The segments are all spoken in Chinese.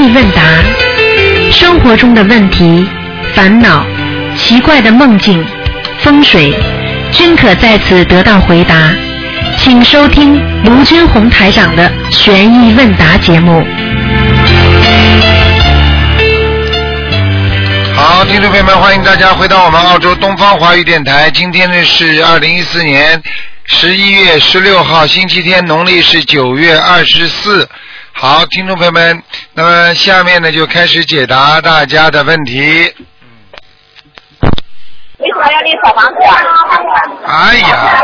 意问答，生活中的问题、烦恼、奇怪的梦境、风水，均可在此得到回答。请收听卢军红台长的悬疑问答节目。 好，听众朋友们，欢迎大家回到我们澳洲东方华语电台。今天呢是2014年11月16号，星期天，农历是9月24。好，听众朋友们，那么下面呢就开始解答大家的问题。 为什么要立小房子啊？ 哎呀！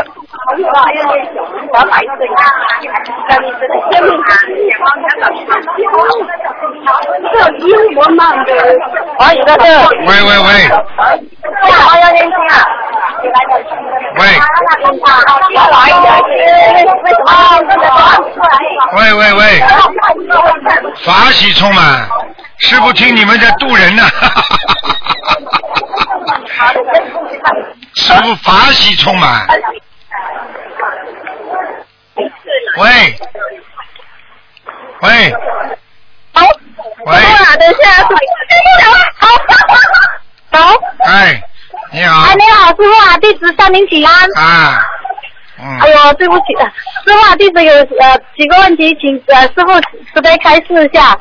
喂喂喂！喂！喂喂喂！法喜充满，师父听你们在渡人呢。师父法喜充满。喂，喂， 好， 喂， 等一下，好， 哎，你好， 哎，你好，师傅啊，弟子向您请安。 啊， 哎呦，对不起，师傅啊，弟子有几个问题，请师傅慈悲开示一下。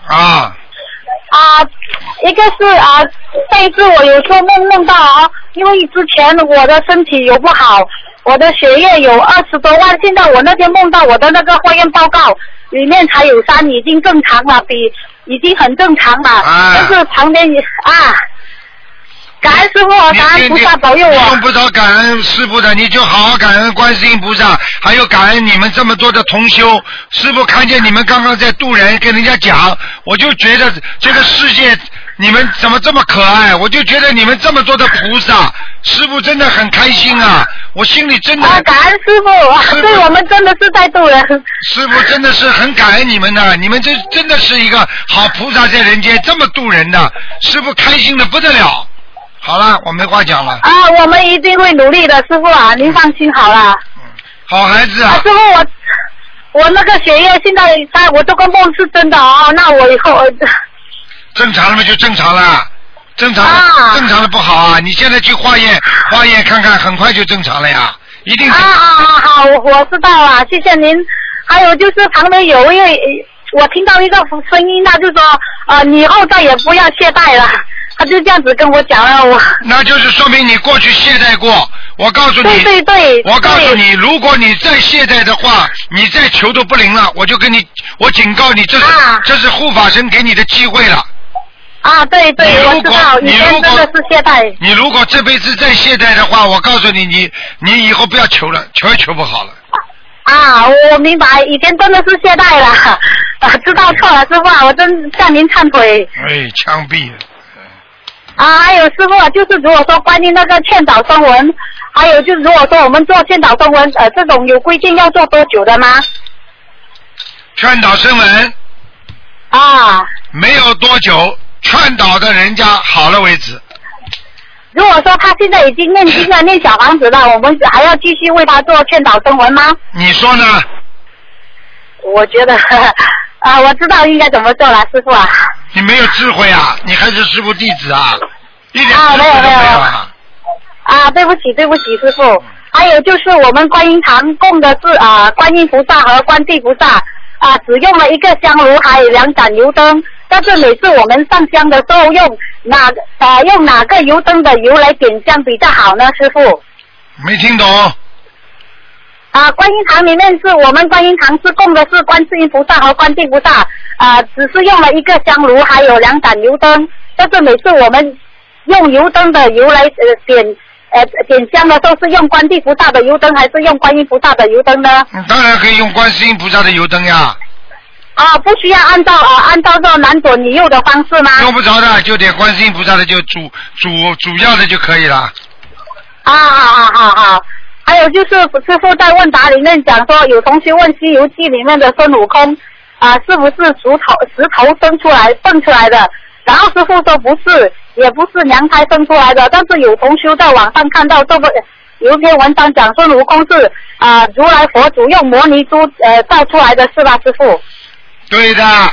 一个是上一次我有做梦到因为之前我的身体有不好，我的血液有20多万，现在我那天梦到我的那个化验报告里面才有3，已经正常了，已经很正常了，但是旁边感恩师父，感恩菩萨保佑我。 你用不着感恩师父的，你就好好感恩观世音菩萨，还有感恩你们这么多的同修。师父看见你们刚刚在渡人，跟人家讲，我就觉得这个世界你们怎么这么可爱，我就觉得你们这么多的菩萨，师父真的很开心啊，我心里真的感恩师父，对我们真的是在渡人。 师父真的是很感恩你们的，你们这真的是一个好菩萨在人间，这么渡人的，师父开心的不得了。好了，我没话讲了。 我们一定会努力的，师傅啊，您放心好了。 好孩子啊。 师傅，我那个血液现在我这个梦是真的那我以后正常了嘛就正常了，正常的不好啊！你现在去化验看看，很快就正常了呀，一定。 好，我知道了，谢谢您。还有就是旁边有一位，我听到一个声音，那就说你以后再也不要懈怠了。他就这样子跟我讲了， 那就是说明你过去懈怠过。我告诉你， 对， 我告诉你，如果你再懈怠的话，你再求都不灵了。我警告你，这是护法神给你的机会了。 对，我知道，以前真的是懈怠。 你如果这辈子再懈怠的话，我告诉你，你以后不要求了，求也求不好了。 我明白，以前真的是懈怠了，知道错了，师傅，我真向您忏悔。 枪毙了。 还有师傅，就是如果说关于那个劝导声闻，还有就是如果说我们做劝导声闻，这种有规定要做多久的吗？ 劝导声闻没有多久，劝导的人家好了为止。 如果说他现在已经念经了，念小房子了，我们还要继续为他做劝导声闻吗？ 你说呢？ 我觉得我知道应该怎么做了，师傅啊。 你没有智慧啊，你还是师父弟子啊，一点智慧都没有对不起师傅。还有就是我们观音堂供的是观音菩萨和观地菩萨只用了一个香炉还有2盏油灯，但是每次我们上香的时候用哪个油灯的油来点香比较好呢，师傅？ 没听懂。 观音堂里面我们观音堂是供的是观世音菩萨和观地菩萨只是用了一个香炉还有2盏油灯，但是每次我们用油灯的油来点香的时候是用观地菩萨的油灯还是用观音菩萨的油灯呢？ 当然可以用观世音菩萨的油灯呀。 不需要按照这男左女右的方式吗？ 用不着的，就点观世音菩萨的就主要的就可以了。 好。还有就是师父在问答里面讲说，有同学问《西游记》里面的孙悟空是不是石头蹦出来的？然后师父说不是，也不是娘胎生出来的。但是有同学在网上看到有一篇文章讲孙悟空是如来佛祖用摩尼珠造出来的，是吧，师父？ 对的，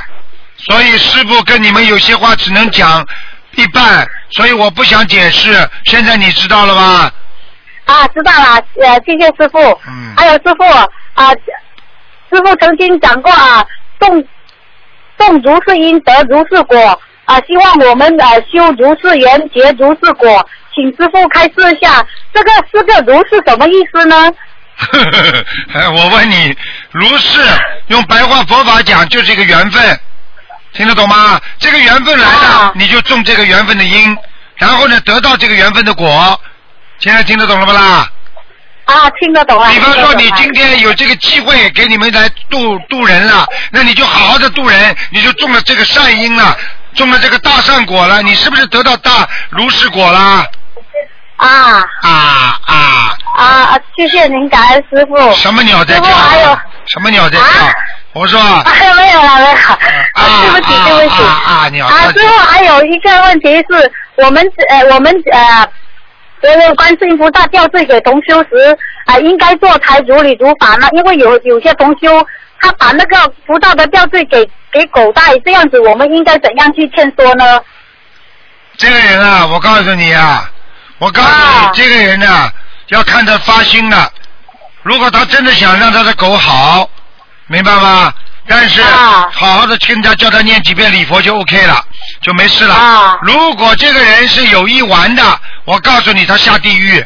所以师父跟你们有些话只能讲一半，所以我不想解释。现在你知道了吗？ 啊，知道了，谢谢师傅。还有师傅啊，师傅曾经讲过啊，种如是因，得如是果啊，希望我们修如是缘，结如是果，请师傅开示一下，这个4个如是什么意思呢？ 我问你，如是用白话佛法讲就是一个缘分，听得懂吗？这个缘分来了，你就种这个缘分的因，然后呢得到这个缘分的果。现在听得懂了不啦？ 啊，听得懂了。 比方说你今天有这个机会给你们来度人了，那你就好好的度人，你就种了这个善因了，种了这个大善果了，你是不是得到大如是果啦？ 谢谢您，感恩师傅。 什么鸟在叫？什么鸟在叫？我说。 没有了，没有。对不起，对不起。 鸟。 师傅还有一个问题是，我们观世音菩萨吊坠给同修时应该做才如理如法呢？因为有些同修他把那个菩萨的吊坠给狗带，这样子我们应该怎样去劝说呢？ 这个人啊，我告诉你啊，这个人啊，要看他发心了。如果他真的想让他的狗好，明白吗？但是好好的跟他叫他念几遍礼佛就 OK 了，就没事了。如果这个人是有意玩的，我告诉你，他下地狱。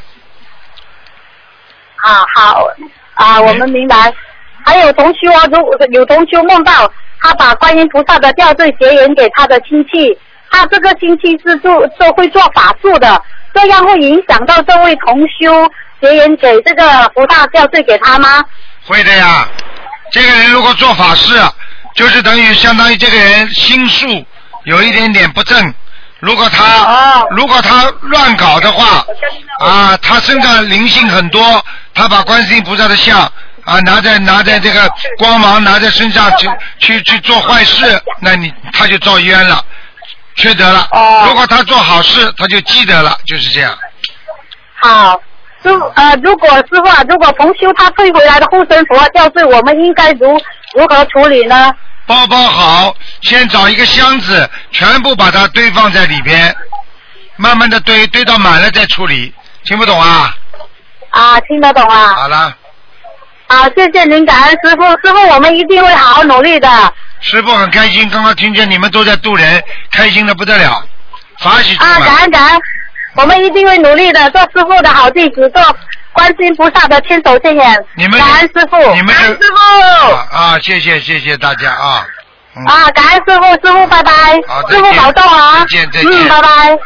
好，我们明白。还有同修啊，有同修梦到他把观音菩萨的吊坠结缘给他的亲戚，他这个亲戚是会做法术的，这样会影响到这位同修结缘给这个菩萨吊坠给他吗？ 会的呀。这个人如果做法事，就是相当于这个人心术有一点点不正。如果他乱搞的话，他身上灵性很多，他把观世音菩萨的像拿在这个光芒拿在身上去做坏事，那他就造冤了，缺德了。如果他做好事，他就积德了，就是这样。 好。如果师傅如果同修他退回来的护身符吊坠，我们应该如何处理呢？ 包好，先找一个箱子，全部把它堆放在里边，慢慢的堆到满了再处理。听不懂啊？ 听得懂啊。 好了。 谢谢您，感恩师傅。师傅，我们一定会好好努力的。 师傅很开心，刚刚听见你们都在度人，开心的不得了，法喜充满。 感恩。我们一定会努力的，做师傅的好弟子，做观世音菩萨的千手千眼。感恩师傅，感恩师傅。 谢谢大家啊。 感恩师傅，师傅拜拜。 好， 师傅保重啊。 再见。 拜拜。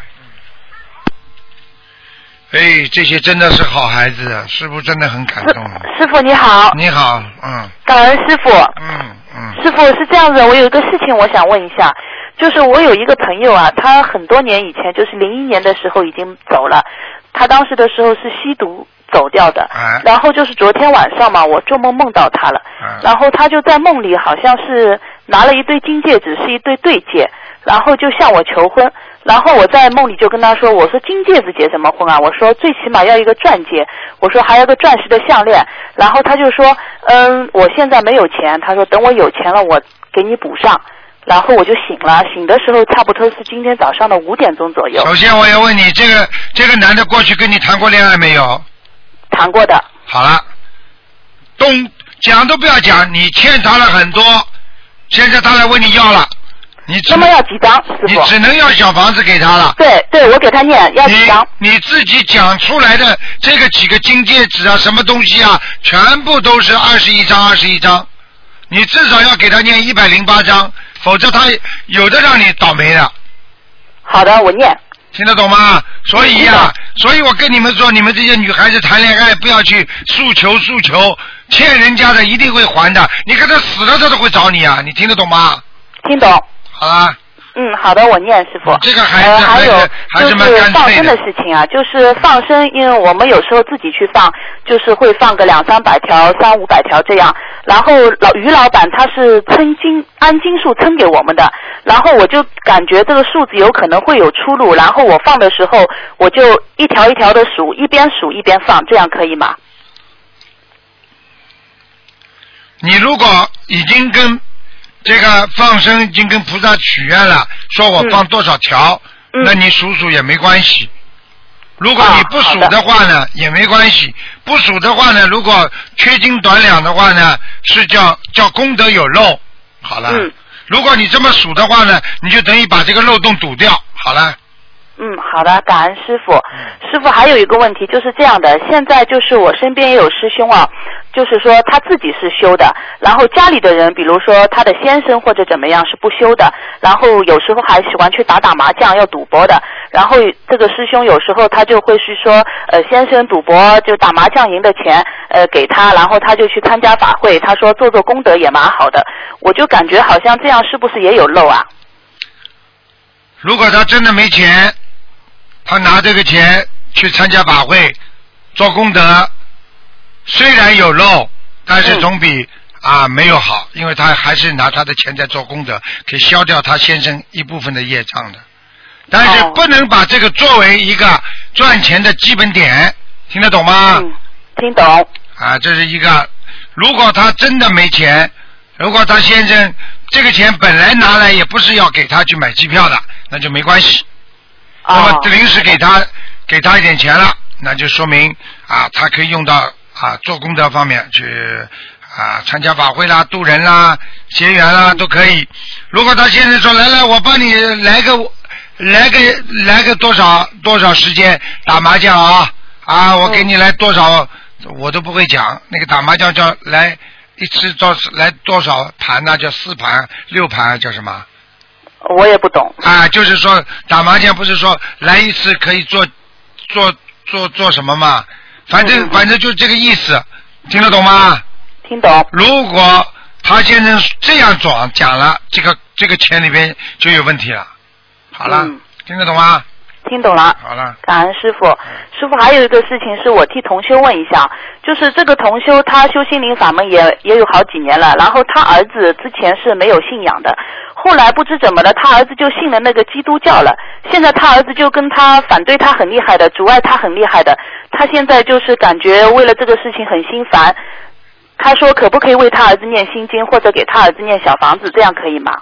这些真的是好孩子，师傅真的很感动。 师傅你好。 你好， 感恩师傅。师傅是这样子，我有一个事情我想问一下。就是我有一个朋友啊，他很多年以前，就是01年的时候已经走了，他当时的时候是吸毒走掉的，然后就是昨天晚上嘛，我做梦梦到他了，然后他就在梦里好像是拿了一对金戒指，是一对对戒，然后就向我求婚，然后我在梦里就跟他说，我说金戒指结什么婚啊，我说最起码要一个钻戒，我说还有个钻石的项链，然后他就说我现在没有钱，他说等我有钱了我给你补上。然后我就醒了，醒的时候差不多是今天早上的5点钟左右。 首先我要问你，这个男的过去跟你谈过恋爱没有？ 谈过的。 好了，讲都不要讲，你欠他了很多，现在他来问你要了， 那么要几张？师傅？ 你只能要小房子给他了。 对，我给他念，要几张？ 你自己讲出来的这个几个金戒指啊，什么东西啊，全部都是21张，你至少要给他念108张。否则他有的让你倒霉的。 好的，我念。 听得懂吗？所以我跟你们说，你们这些女孩子谈恋爱不要去诉求，欠人家的一定会还的。你看他死了，他都会找你啊！你听得懂吗？ 听懂。 好啦。 好的，我念师傅。 这个孩子还有就是放生的事情啊，就是放生，因为我们有时候自己去放，就是会放个200-300条、300-500条这样。然后于老板他是按斤数称给我们的，然后我就感觉这个数字有可能会有出入，然后我放的时候我就一条一条的数，一边数一边放，这样可以吗？ 你如果已经跟这个放生已经跟菩萨许愿了，说我放多少条，那你数数也没关系。如果你不数的话呢，也没关系。不数的话呢，如果缺斤短两的话呢，是叫功德有漏。好了。如果你这么数的话呢，你就等于把这个漏洞堵掉。好了。 好的，感恩师傅。师傅还有一个问题就是这样的，现在就是我身边也有师兄啊，就是说他自己是修的，然后家里的人，比如说他的先生或者怎么样是不修的，然后有时候还喜欢去打麻将要赌博的，然后这个师兄有时候他就会是说先生赌博就打麻将赢的钱给他，然后他就去参加法会，他说做功德也蛮好的，我就感觉好像这样是不是也有漏啊？ 如果他真的没钱，他拿这个钱去参加法会做功德，虽然有漏，但是总比没有好，因为他还是拿他的钱在做功德，可以消掉他先生一部分的业障的。但是不能把这个作为一个赚钱的基本点，听得懂吗？ 听懂。 这是一个，如果他真的没钱，如果他先生这个钱本来拿来也不是要给他去买机票的，那就没关系。那么临时给他一点钱了，那就说明他可以用到做功德方面去参加法会啦、渡人啦、结缘啦都可以。如果他现在说来我帮你来个多少时间打麻将我给你来多少，我都不会讲。那个打麻将叫来一次来多少盘呢？叫4盘6盘叫什么？ 我也不懂。 就是说打麻将不是说来一次可以做什么嘛？反正就这个意思，听得懂吗？ 听懂。如果他先生这样讲了，这个钱里边就有问题了。好了，听得懂吗？ 听懂了。 好了， 感恩师傅。师傅还有一个事情是我替同修问一下，就是这个同修他修心灵法门也有好几年了，然后他儿子之前是没有信仰的，后来不知怎么了，他儿子就信了那个基督教了。现在他儿子就跟他反对他很厉害的，阻碍他很厉害的。他现在就是感觉为了这个事情很心烦。他说可不可以为他儿子念心经，或者给他儿子念小房子，这样可以吗？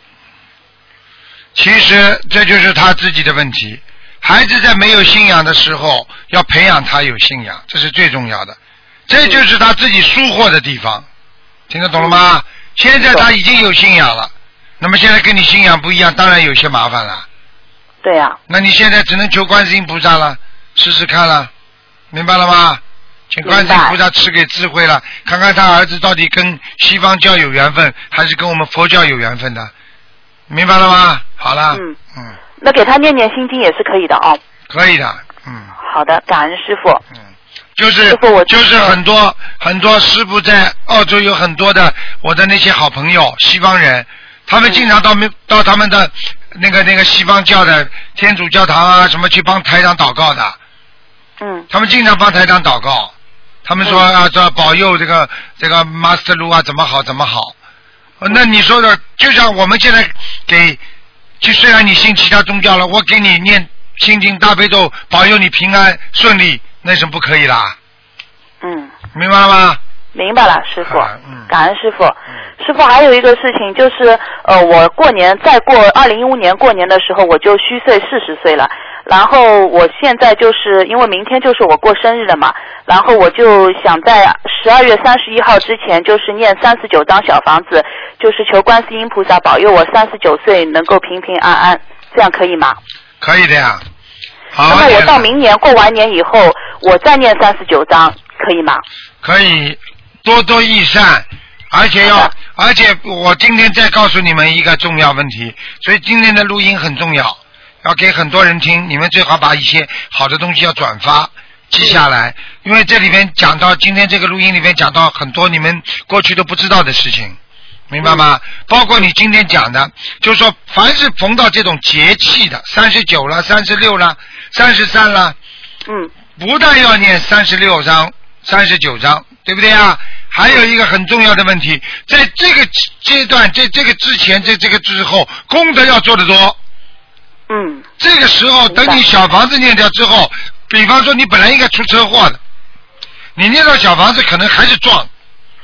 其实这就是他自己的问题。孩子在没有信仰的时候，要培养他有信仰，这是最重要的。这就是他自己疏忽的地方，听得懂了吗？现在他已经有信仰了，那么现在跟你信仰不一样，当然有些麻烦了。 对呀。 那你现在只能求观世音菩萨了，试试看了，明白了吗？请观世音菩萨赐给智慧了，看看他儿子到底跟西方教有缘分，还是跟我们佛教有缘分的，明白了吗？好了。 那给他念心经也是可以的哦。 可以的。 好的，感恩师傅。 就是很多师傅在澳洲有很多的我的那些好朋友西方人，他们经常到他们的那个西方教的天主教堂什么去帮台长祷告的。他们经常帮台长祷告，他们说说保佑这个 Master Lu 怎么好。那你说的就像我们现在虽然你信其他宗教了，我给你念心经大悲咒，保佑你平安顺利，那是不可以啦。明白了吗？ 明白了，师傅。感恩师傅。师傅还有一个事情就是，我再过2015年过年的时候，我就虚岁40岁了。然后我现在就是因为明天就是我过生日了嘛，然后我就想在12月31号之前就是念39张小房子，就是求观世音菩萨保佑我39岁能够平平安安，这样可以吗？ 可以的呀。 那么我到明年过完年以后，我再念39张，可以吗？ 可以，多多益善，而且我今天再告诉你们一个重要问题，所以今天的录音很重要，要给很多人听，你们最好把一些好的东西要转发记下来，因为这里面讲到今天这个录音里面讲到很多你们过去都不知道的事情，明白吗？包括你今天讲的，就是说凡是逢到这种节气的39了36了33了，不但要念36章39章，对不对啊？还有一个很重要的问题，在这个阶段这个之前这个之后功德要做得多。这个时候等你小房子念掉之后，比方说你本来应该出车祸的，你念到小房子可能还是撞，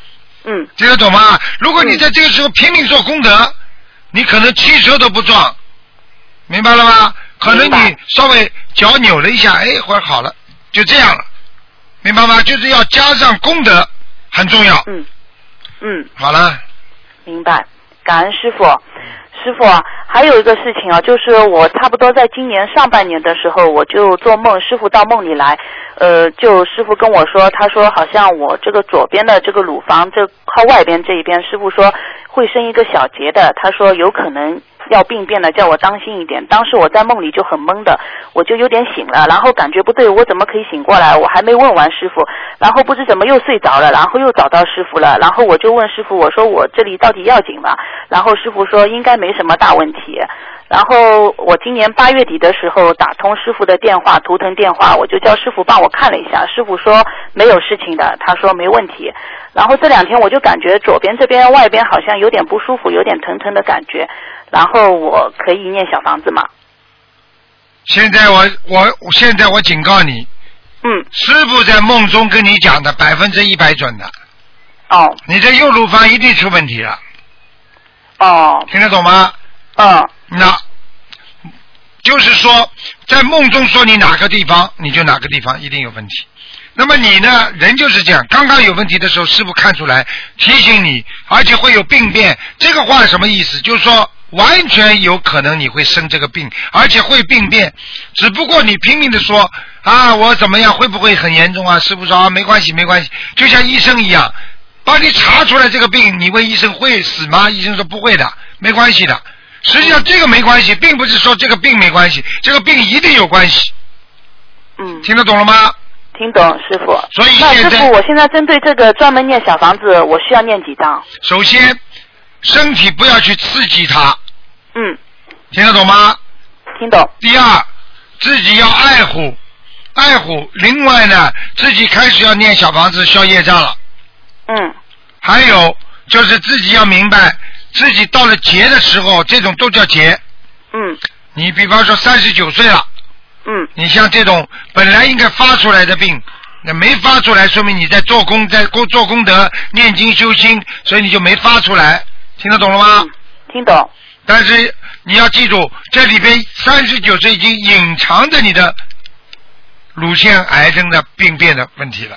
听得懂吗？如果你在这个时候拼命做功德，你可能汽车都不撞，明白了吗？可能你稍微脚扭了一下，哎，会好了，就这样了，明白吗？就是要加上功德，很重要。好了。 明白，感恩师父。师父，还有一个事情啊，就是我差不多在今年上半年的时候，我就做梦，师父到梦里来，就师父跟我说，他说好像我这个左边的这个乳房，这靠外边这一边，师父说会生一个小结的，他说有可能要病变了，叫我当心一点。当时我在梦里就很懵的，我就有点醒了，然后感觉不对，我怎么可以醒过来？我还没问完师父，然后不知怎么又睡着了，然后又找到师父了，然后我就问师父，我说我这里到底要紧吗？然后师父说应该没什么大问题。然后我今年8月底的时候打通师父的电话，图腾电话，我就叫师父帮我看了一下，师父说没有事情的，他说没问题。然后这2天我就感觉左边这边外边好像有点不舒服，有点疼疼的感觉，然后我可以念小房子吗？ 现在我警告你，师父在梦中跟你讲的100%准的。你这右乳房一定出问题了。听得懂吗？那就是说在梦中说你哪个地方你就哪个地方一定有问题。那么你呢，人就是这样，刚刚有问题的时候师父看出来提醒你，而且会有病变。这个话什么意思？就是说完全有可能你会生这个病，而且会病变，只不过你拼命的说啊我怎么样，会不会很严重啊？师父说啊没关系没关系，就像医生一样帮你查出来这个病，你问医生会死吗？医生说不会的，没关系的。实际上这个没关系，并不是说这个病没关系，这个病一定有关系。听得懂了吗？ 听懂，师傅。 所以那师傅，我现在针对这个专门念小房子，我需要念几张？ 首先，身体不要去刺激它。听得懂吗？ 听懂。 第二，自己要爱护，爱护。另外呢，自己开始要念小房子消业障了。还有就是自己要明白，自己到了劫的时候，这种都叫劫。你比方说39岁了。你像这种本来应该发出来的病，那没发出来，说明你在做功德、念经修心，所以你就没发出来。听得懂了吗？ 听懂。 但是你要记住，这里边39岁已经隐藏着你的乳腺癌症的病变的问题了。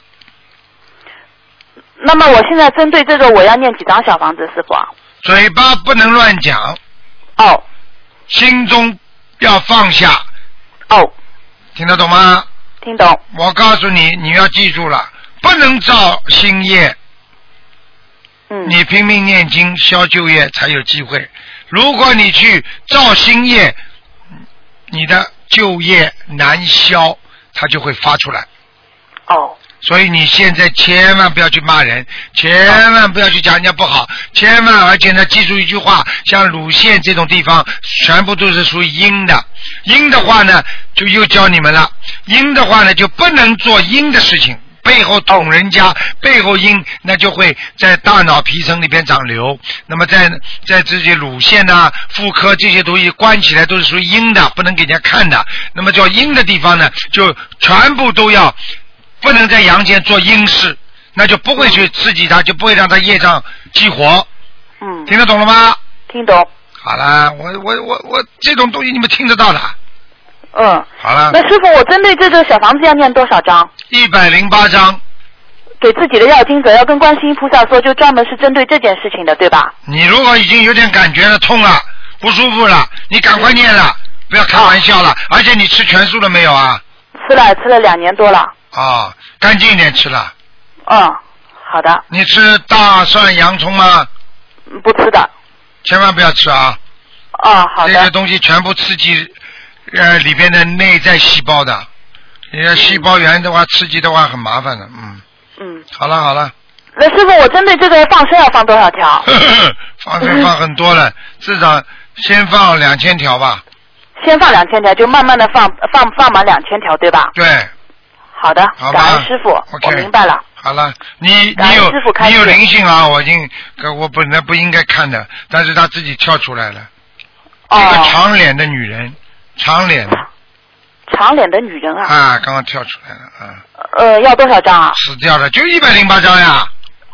那么我现在针对这个，我要念几张小房子，师傅？ 嘴巴不能乱讲。心中要放下。听得懂吗？ 听懂。 我告诉你，你要记住了，不能造新业。你拼命念经消旧业才有机会。如果你去造新业，你的旧业难消，它就会发出来。所以你现在千万不要去骂人，千万不要去讲人家不好，千万而且呢，记住一句话，像乳腺这种地方全部都是属于阴的，阴的话呢就又教你们了，阴的话呢就不能做阴的事情，背后捅人家，背后阴，那就会在大脑皮层里边长瘤，那么在这些乳腺啊、妇科这些东西关起来都是属于阴的，不能给人家看的，那么叫阴的地方呢就全部都要不能在阳间做阴事，那就不会去刺激它，就不会让它业障激活。听得懂了吗？ 听懂。 好了，我这种东西你们听得到的。好了。 那师傅，我针对这个小房子要念多少张 ？108张。 给自己的要经者要跟观世音菩萨说，就专门是针对这件事情的，对吧？ 你如果已经有点感觉了，痛了，不舒服了，你赶快念了，不要开玩笑了。而且你吃全素了没有啊？ 吃了2年多了。 干净一点吃了。 好的。 你吃大蒜、洋葱吗？ 不吃的。 千万不要吃啊。 好的。 这些东西全部刺激里边的内在细胞的，你的细胞源的话刺激的话很麻烦的。好了。 那师傅，我针对这个放生要放多少条？ 放生放很多了，至少先放2000条吧。 先放2000条，就慢慢的放满2000条，对吧？ 对。 好的，感恩师傅，我明白了。 好了，你有灵性啊！我本来不应该看的，但是他自己跳出来了。一个长脸的女人，长脸的女人啊！刚刚跳出来了啊！ 要多少张啊？ 死掉了，就108张呀！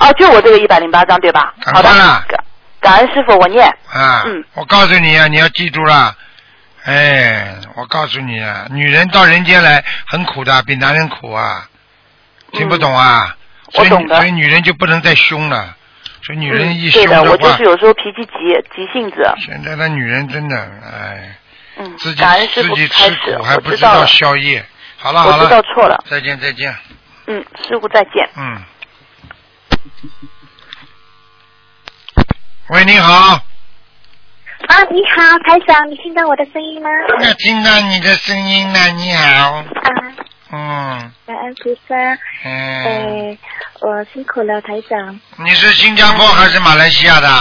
哦，就我这个108张对吧？好的，感恩师傅，我念。 啊，我告诉你啊，你要记住了。哎，我告诉你啊，女人到人间来很苦的，比男人苦啊。听不懂啊？ 我懂的。 所以女人就不能再凶了。所以女人一凶的话， 对的，我就是有时候脾气急性子。 现在的女人真的，哎，自己吃苦还不知道消业。好了， 我知道错了。 再见。 师傅再见。 喂，你好。 啊，你好，台长，你听到我的声音吗？ 我听到你的声音了，你好。 感恩菩萨。我辛苦了，台长。 你是新加坡还是马来西亚的？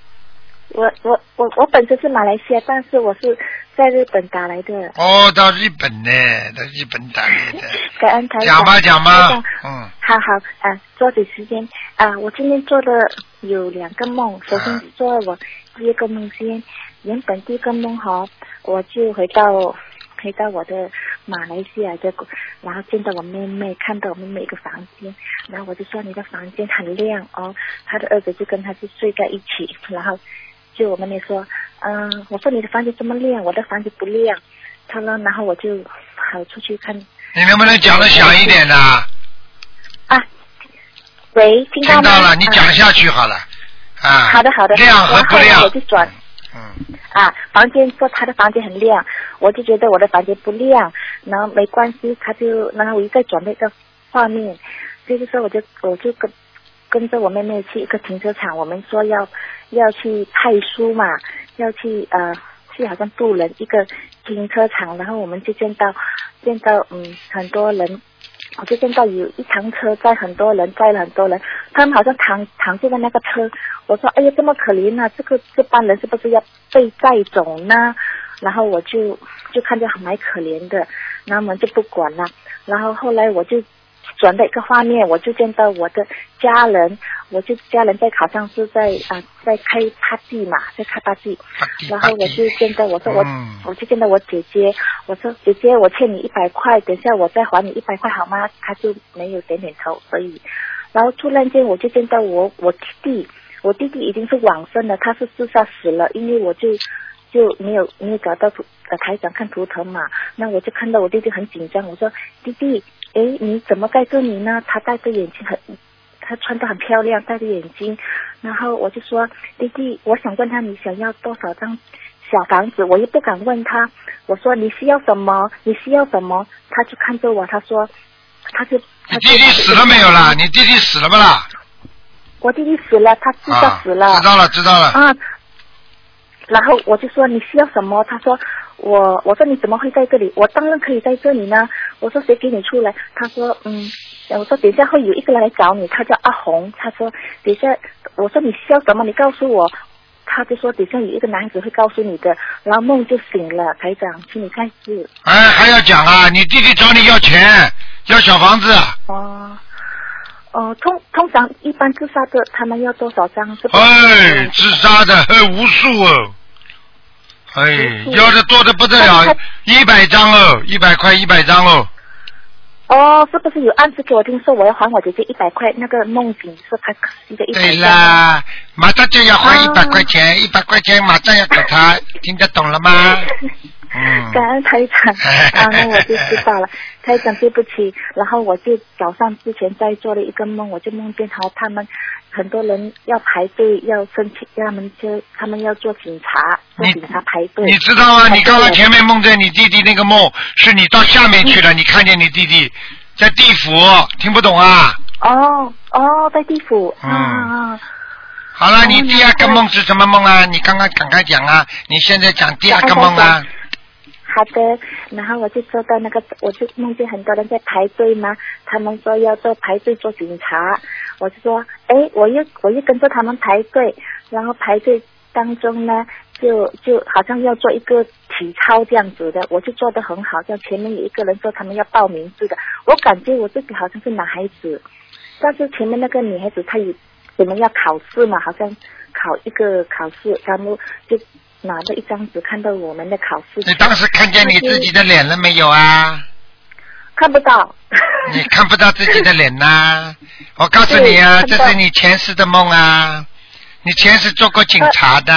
我本身是马来西亚，但是我是在日本打来的。 哦，到日本呢，到日本打来的。 感恩台长。 讲吧。 好抓紧时间我今天做了有2个梦，首先做我第一个梦先。原本第一个梦我就回到我的马来西亚的，然后见到我妹妹，看到我妹妹一个房间，然后我就说你的房间很亮她的儿子就跟她就睡在一起，然后就我妹妹说我说你的房间这么亮，我的房间不亮，她呢，然后我就跑出去看。 你能不能讲得响一点呢？ 喂，听到吗？ 听到了，你讲下去好了。 好的。 亮和不亮。 我就转。房间说他的房间很亮，我就觉得我的房间不亮，然后没关系，然后我又再转了一个画面，就是说我就跟着我妹妹去一个停车场，我们说要去派书嘛，要去好像渡人一个停车场，然后我们就见到很多人。我就见到有一趟车载了很多人，他们好像躺在那个车。我说：“哎呀，这么可怜啊！这帮人是不是要被载走呢？”然后我就看着蛮可怜的，然后我们就不管了。然后后来我就转了一个画面，我就见到我的家人，家人在好像是在开party嘛，在开party。然后我就见到我就见到我姐姐，我说姐姐，我欠你100块，等下我再还你100块好吗？她就没有点头而已。然后突然间我就见到我弟弟已经是往生了，他是自杀死了，因为我就没有找到台长看图腾嘛，那我就看到我弟弟很紧张，我说弟弟，你怎么在这里呢？他戴着眼镜他穿得很漂亮，戴着眼镜，然后我就说弟弟，我想问他你想要多少张小房子，我又不敢问他，我说你需要什么？他就看着我，他说你弟弟死了没有啦？你弟弟死了不啦？ 我弟弟死了，他自杀死了。 知道了。 然后我就说你需要什么？他说我说你怎么会在这里？我当然可以在这里呢。我说谁给你出来？他说我说等一下会有一个人来找你，他叫阿红。他说等一下，我说你需要什么？你告诉我。他就说等一下有一个男子会告诉你的。然后梦就醒了，台长，请你开始。 还要讲啊？你弟弟找你要钱，要小房子。 通常一般自杀的他们要多少张？ 自杀的无数要的多的不得了，100张100块100张是不是有暗示给我听说我要还我姐姐100块？那个梦境是他一个100。 对啦，马上就要还100块钱，100块钱马上要给他，听得懂了吗？ 感恩台长那我就知道了。台长对不起，然后我就早上之前在做了一个梦，我就梦见他们很多人要排队要申请，他们要做警察排队。你知道吗？你刚刚前面梦见你弟弟那个梦，是你到下面去了，你看见你弟弟在地府，听不懂啊？ 在地府。 好了，你第二个梦是什么梦啊？你刚刚赶快讲啊！你现在讲第二个梦啊。 好的，然后我就做到我就梦见很多人在排队嘛，他们说要排队做警察，我就说，我又跟着他们排队，然后排队当中呢，就好像要做一个体操这样子的，我就做得很好，像前面有一个人说他们要报名字的，我感觉我自己好像是男孩子，但是前面那个女孩子她有我们要考试嘛，好像考一个考试，他们就拿着一张纸看到我们的考试。 你当时看见你自己的脸了没有啊？ 看不到。 你看不到自己的脸呐、我告诉你啊，这是你前世的梦啊，你前世做过警察的。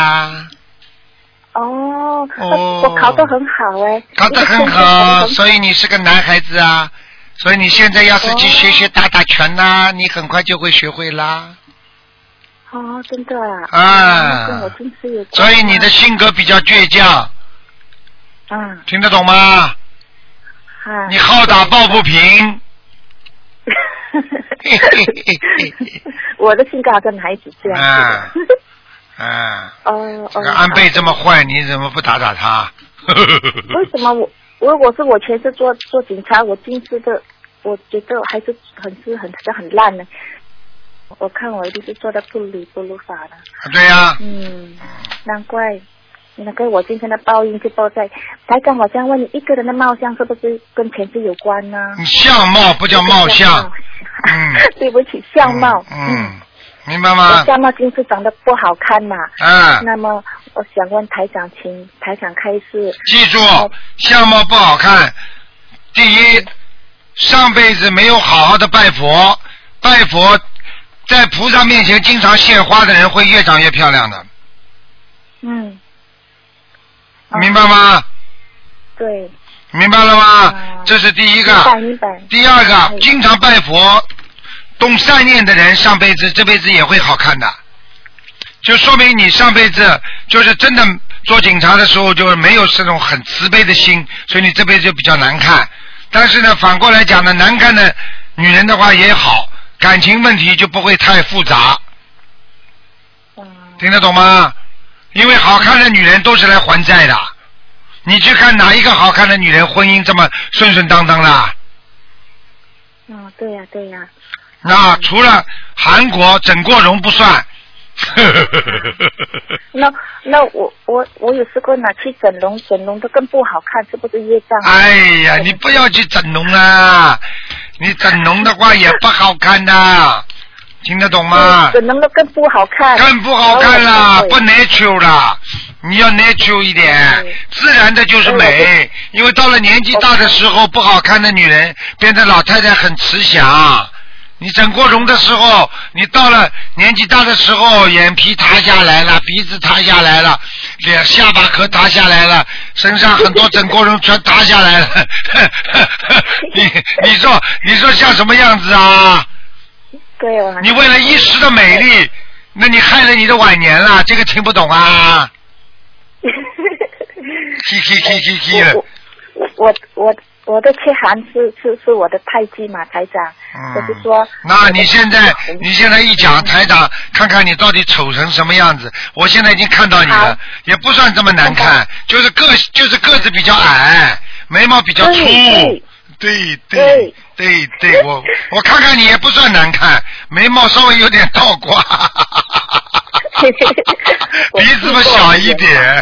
我考得很好哎。 考得很好，所以你是个男孩子啊，所以你现在要是去学打拳呐、你很快就会学会啦。 真的啊。跟我近视有关。 所以你的性格比较倔强。听得懂吗？你好打抱不平。 我的性格好像男孩子这样子。 这个安倍这么坏，你怎么不打他？ 为什么我是我前世做警察，我近视的，我觉得还是很烂呢。我看我一定是做的不理不如法的。 对呀。 难怪我今天的报应就报在台长。我想问你，一个人的貌相是不是跟前世有关呢？ 相貌不叫貌相。 对不起，相貌。 明白吗？ 我相貌近视长得不好看嘛。那么我想问台长，请台长开示。 记住，相貌不好看，第一，上辈子没有好好的拜佛，在菩萨面前经常献花的人会越长越漂亮的。明白吗？ 对。 明白了吗？这是第一个。 明白。 第二个，经常拜佛动善念的人，上辈子这辈子也会好看的，就说明你上辈子就是真的做警察的时候就是没有这种很慈悲的心，所以你这辈子就比较难看。但是呢，反过来讲呢，难看的女人的话也好，感情问题就不会太复杂。听得懂吗？因为好看的女人都是来还债的，你去看哪一个好看的女人婚姻这么顺顺当当啦？ 对呀。 那除了韩国整过容不算。 那我有试过拿去整容的更不好看，是不是业障？ 哎呀，你不要去整容啊！你整容的话也不好看的，听得懂吗？ 整容的更不好看。 更不好看了，不 natural 了。你要 natural 一点，自然的就是美。因为到了年纪大的时候，不好看的女人变成老太太很慈祥。你整过容的时候，你到了年纪大的时候，眼皮塌下来了，鼻子塌下来了，下巴壳塌下来了，身上很多整过容全塌下来了。你说像什么样子啊？ 对啊。 你为了一时的美丽，那你害了你的晚年了，这个听不懂啊？ 我的缺憾是我的胎记嘛，台长。就是说。 那你现在一讲，台长看看你到底丑成什么样子？我现在已经看到你了，也不算这么难看，就是个子比较矮，眉毛比较粗。对，我看看你也不算难看，眉毛稍微有点倒挂。鼻子嘛小一点。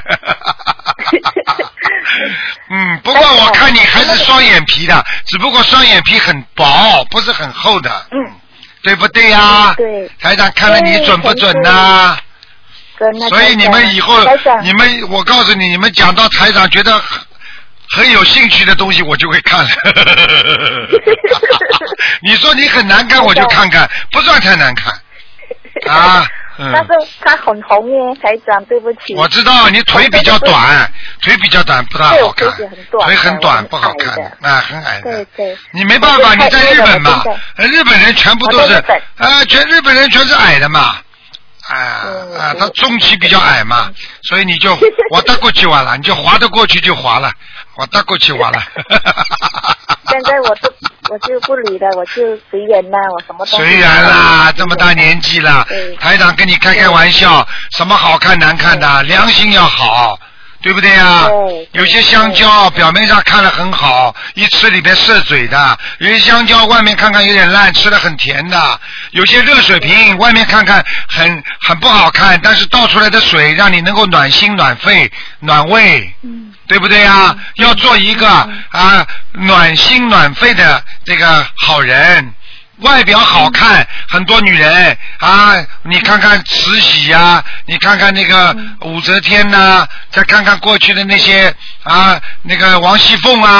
不过我看你还是双眼皮的，只不过双眼皮很薄，不是很厚的。对不对呀？ 对。 台长看了你准不准呢？所以你们以后，我告诉你，你们讲到台长觉得很有兴趣的东西，我就会看了。你说你很难看，我就看看，不算太难看。 但是他很红耶，台长，对不起。 我知道你腿比较短，不大好看。腿很短，不好看，很矮的。对。你没办法，你在日本嘛，日本人全部都是日本人全是矮的嘛，他中期比较矮嘛，所以你就滑得过去完了，你就滑得过去就滑了，滑得过去完了。 现在我就不理了，我就随缘啦，我什么都随缘啦，这么大年纪了，台长跟你开开玩笑，什么好看难看的，良心要好，对不对呀？有些香蕉表面上看了很好，一吃里边涩嘴的；有些香蕉外面看看有点烂，吃了很甜的；有些热水瓶外面看看很不好看，但是倒出来的水让你能够暖心暖肺暖胃。对不对呀？要做一个暖心暖肺的这个好人，外表好看，很多女人你看看慈禧呀，你看看那个武则天呐，再看看过去的那些那个王熙凤啊，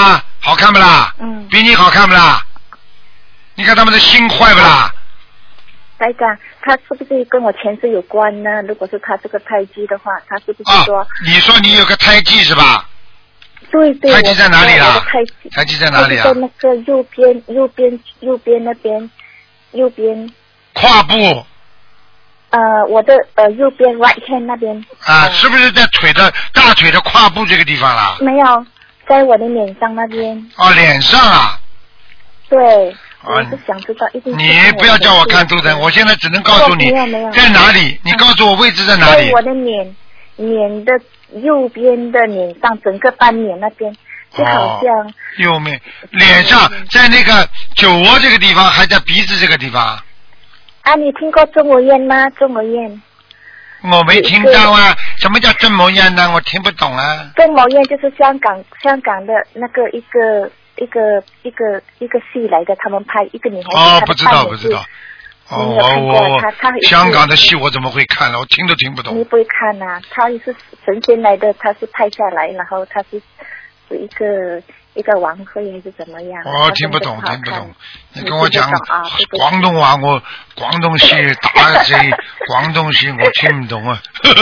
好看不啦？比你好看不啦？你看他们的心坏不啦？ 台长，他是不是跟我前世有关呢？如果是他这个胎记的话，他是不是说？ 你说你有个胎记是吧？ 对， 胎记在哪里啊？ 胎记在哪里啊？ 在那个右边那边，右边。 胯部。 我的右边 right hand 那边。 是不是在大腿的胯部这个地方啦？ 没有，在我的脸上那边。 脸上啊？ 对。我是想知道，一定。 你不要叫我看图腾，我现在只能告诉你在哪里。你告诉我位置在哪里？ 在我的脸的右边的脸上，整个半脸那边，就好像。 右面脸上，在那个酒窝这个地方，还在鼻子这个地方。 你听过中国烟吗？中国烟。 我没听到啊，什么叫中国烟呢？我听不懂啊。 中国烟就是香港的那个一个戏来的，他们拍一个女孩子。 不知道。 你有看过他香港的戏我怎么会看了？我听都听不懂。 你不会看啊？他也是神仙来的，他是拍下来，然后他是一个王妃还是怎么样？ 听不懂。你跟我讲广东话，我广东戏打谁？广东戏我听不懂啊。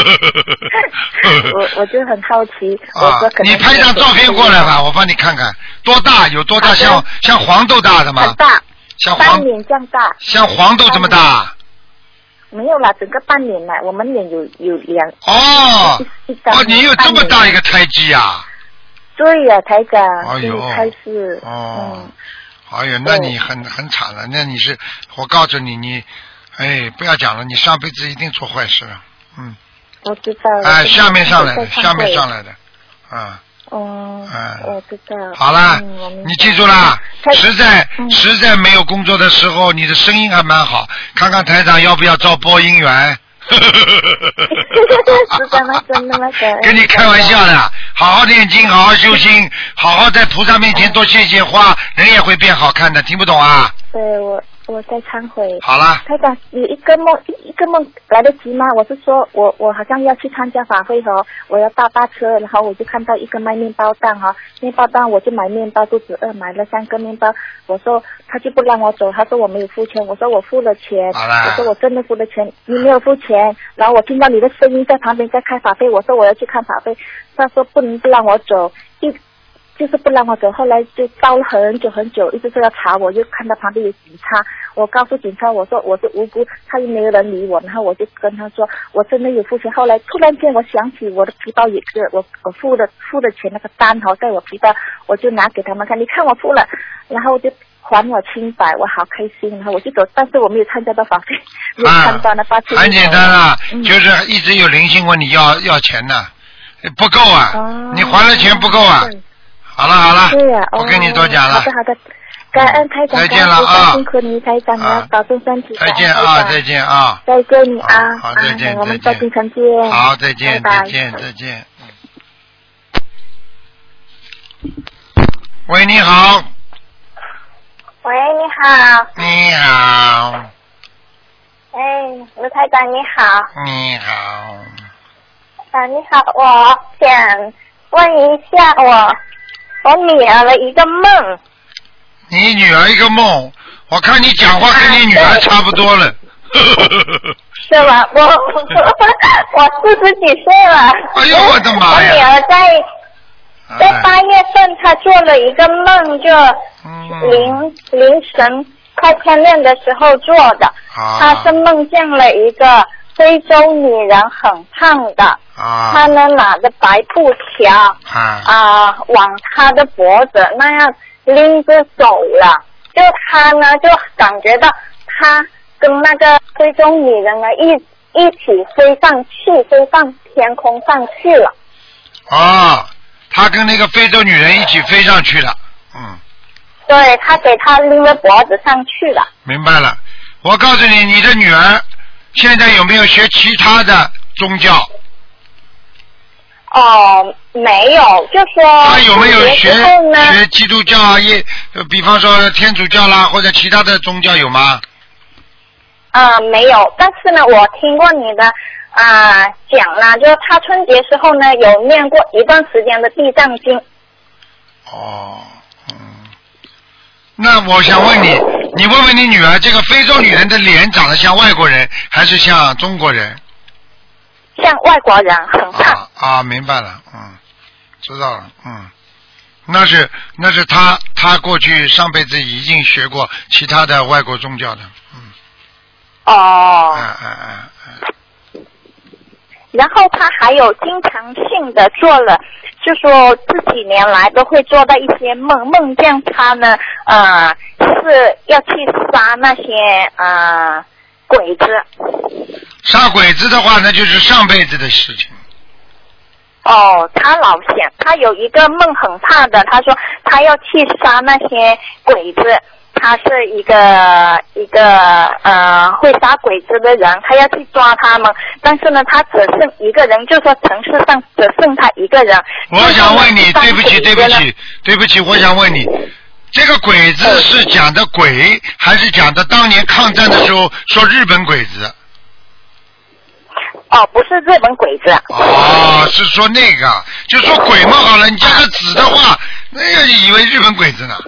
我就很好奇。 你拍张照片过来吧，我帮你看看多大，有多大？像黄豆大的吗？ 很大。 像半脸这样大。 像黄豆这么大？ 没有啦，整个半脸啦，我们脸有两。 你有这么大一个胎记啊？ 对呀，台长，就是开始。 哎呀，那你很惨了。那你是，我告诉你，不要讲了，你上辈子一定做坏事了。 我知道。 下面上来的， 我知道。 好啦，你记住啦，实在没有工作的时候，你的声音还蛮好，看看台长要不要招播音员。 真的吗？ 跟你开玩笑的，好好念经，好好修心，好好在菩萨面前多献献花，人也会变好看的。听不懂啊？ 对，我在忏悔。 好了。 台长，有一个梦来得及吗？我是说我好像要去参加法会我要搭车，然后我就看到一个卖面包档面包档我就买面包，肚子饿，买了3个面包。我说他就不让我走，他说我没有付钱，我说我付了钱，我说我真的付了钱，你没有付钱。然后我听到你的声音在旁边在开法会，我说我要去看法会，他说不让我走，就是不让我走，后来就到了很久，一直说要查我，就看到旁边有警察，我告诉警察我说我是无辜，他又没有人理我，然后我就跟他说我真的有付钱。后来突然间我想起我的皮包有个我付的钱那个单在我皮包，我就拿给他们看，你看我付了，然后就还我清白，我好开心，然后我就走，但是我没有参加到法会，没有看到那8000。 很简单啊，就是一直有灵性问你要钱的，不够啊，你还了钱不够啊。好了， 对呀， 我跟你多讲了。 好的，感恩台长， 再见了啊！ 辛苦你台长啊，保重身体。 再见啊！再见啊！ 再见你啊！ 好，再见， 我们在京城见。 好，再见， 拜拜。 再见。喂，你好。 喂，你好。 你好。 卢台长你好。 你好。 你好，我想问一下我女儿的一个梦。 你女儿一个梦，我看你讲话跟你女儿差不多了。 是吧？我40几岁了。 哎呦我的妈呀！ 我女儿在8月份，她做了一个梦，就凌晨快天亮的时候做的。她是梦见了一个非洲女人，很胖的。她呢拿着白布条往她的脖子那样拎着走了。就她呢就感觉到她跟那个非洲女人呢一起飞上天空上去了。 她跟那个非洲女人一起飞上去了。 对，她给她拎着脖子上去了。 明白了。我告诉你，你的女儿现在有没有学其他的宗教？ 没有，就说他有没有学基督教啊？比方说天主教啦，或者其他的宗教有吗？ 没有，但是呢，我听过你的讲啦，就是他春节时候呢有念过一段时间的地藏经。 那我想问你，你问问你女儿，这个非洲女人的脸长得像外国人还是像中国人？ 像外国人，很胖。 啊，明白了，知道了，那是他过去上辈子已经学过其他的外国宗教的， 然后他还有经常性的做了，就说这几年来都会做到一些梦见他呢，是要去杀那些鬼子。 杀鬼子的话，那就是上辈子的事情。 他老想，他有一个梦很怕的，他说他要去杀那些鬼子。他是一个会杀鬼子的人，他要去抓他们，但是呢，他只剩一个人，就说城市上只剩他一个人。 我想问你，对不起，我想问你，这个鬼子是讲的鬼，还是讲的当年抗战的时候说日本鬼子？ 不是日本鬼子。 是说那个，就说鬼嘛好了，你加个子的话，那个以为日本鬼子呢。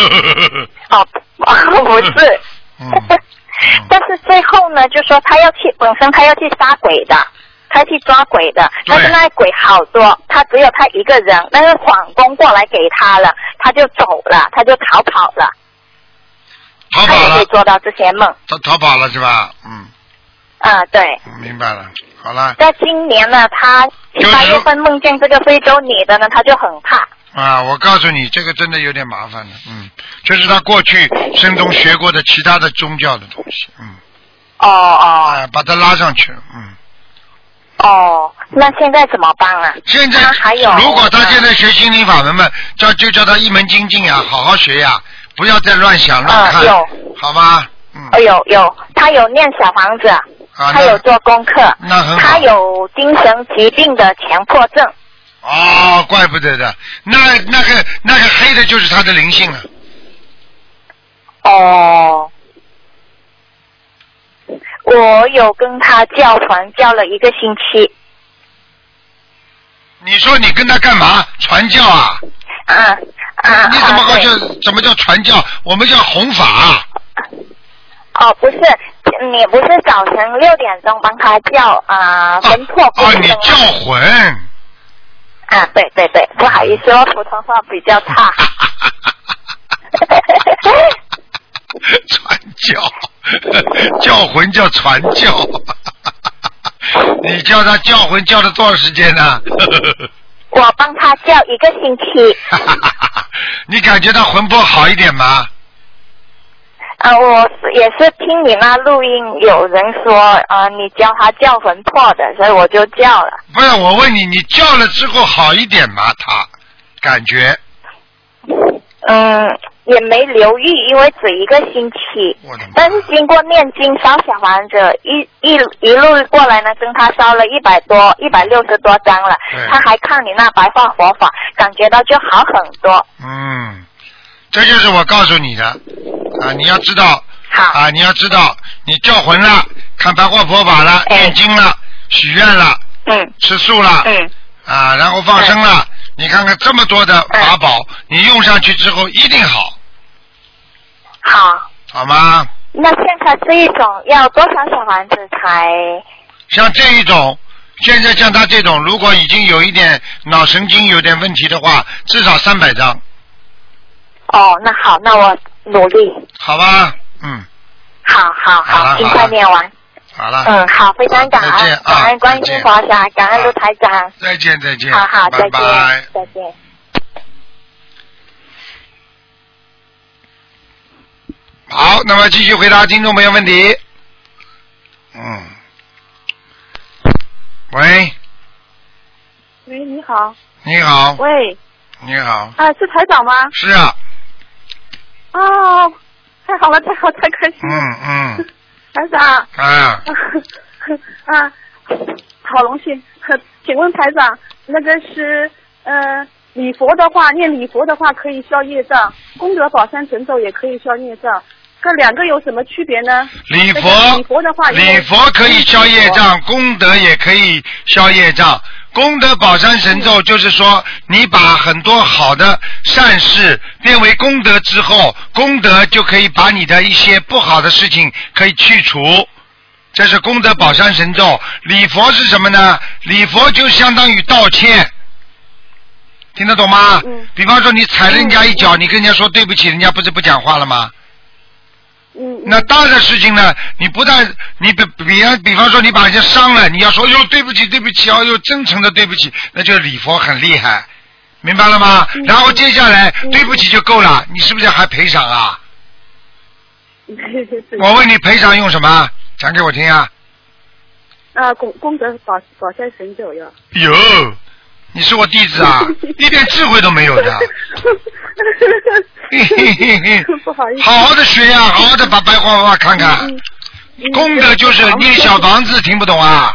不是。但是最后呢，就说本身他要去杀鬼的，他去抓鬼的，但是那鬼好多，他只有他一个人，那个皇宫过来给他了，他就走了，他就逃跑了。 逃跑了。 他也可以做到这些梦。 他逃跑了是吧？ 对。 明白了，好了。 在今年呢，他8月份梦见这个非洲女的呢，他就很怕。 我告诉你，这个真的有点麻烦的，就是他过去生中学过的其他的宗教的东西，把他拉上去了， 那现在怎么办啊？ 现在如果他现在学心灵法门嘛，就叫他一门精进呀，好好学呀，不要再乱想乱看，好吧？ 有，他有念小房子，他有做功课， 那很好。 他有精神疾病的强迫症。 怪不得的，那个黑的就是他的灵性了。 我有跟他叫魂，叫了1个星期。 你说你跟他干嘛？传教啊？你怎么叫传教？我们叫弘法。 不是，你不是早晨6点钟帮他叫魂魄？ 你叫魂。 对，不好意思，我普通话比较差。 传教，叫魂叫传教。你叫他叫魂叫了多少时间呢？ 我帮他叫1个星期。 你感觉到魂魄好一点吗？ 我也是听你那录音，有人说你教他叫魂魄的，所以我就叫了。 不是，我问你，你叫了之后好一点吗？他感觉？ 也没留意，因为只1个星期。但是经过念经烧小房子，一路过来呢，跟他烧了160多张了。他还看你那白话佛法，感觉到就好很多。 这就是我告诉你的你要知道。好。你要知道，你叫魂了，看白话佛法了，念经了，许愿了，吃素了，然后放生了。你看看这么多的法宝，你用上去之后一定好。好吗？ 那现在这一种要多少小房子才？ 像这一种，现在像他这种，如果已经有一点脑神经有点问题的话，至少300张。 那好，那我努力。 好吧， 好，尽快念完。 好了。 好，非常感恩，感恩观世音菩萨，感恩卢台长。 再见。 好， 拜拜。 再见。 好，那么继续回答听众朋友问题。喂， 你好。 你好。 喂。 你好。 是台长吗？ 是啊。 太好了，太开心了。台长。好荣幸。请问台长，那个是礼佛的话，念礼佛的话可以消业障，功德宝山神咒也可以消业障，这2个有什么区别呢？ 礼佛的话，礼佛可以消业障，功德也可以消业障。 功德宝山神咒就是说，你把很多好的善事变为功德之后，功德就可以把你的一些不好的事情可以去除。这是功德宝山神咒。礼佛是什么呢？礼佛就相当于道歉。听得懂吗？比方说你踩了人家一脚，你跟人家说对不起，人家不是不讲话了吗？那大的事情呢，你不但你比方说你把人家伤了，你要说哟对不起对不起，要有真诚的对不起，那就是礼佛很厉害，明白了吗？然后接下来对不起就够了，你是不是还赔偿啊？我问你赔偿用什么？讲给我听啊。 功德宝山神咒要。 有，你是我弟子啊，一点智慧都没有的。 不好意思， 好好的学呀，好好的把白话文化看看。功德就是念小房子，听不懂啊？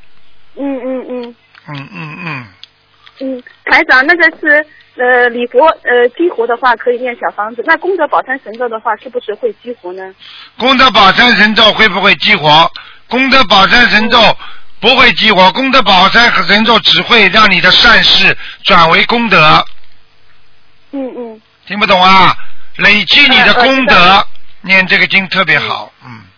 台长，那个是礼佛激活的话可以念小房子，那功德宝山神咒的话是不是会激活呢？ 功德宝山神咒会不会激活？功德宝山神咒不会激活，功德宝山神咒只会让你的善事转为功德。听不懂啊？累积你的功德，念这个经特别好。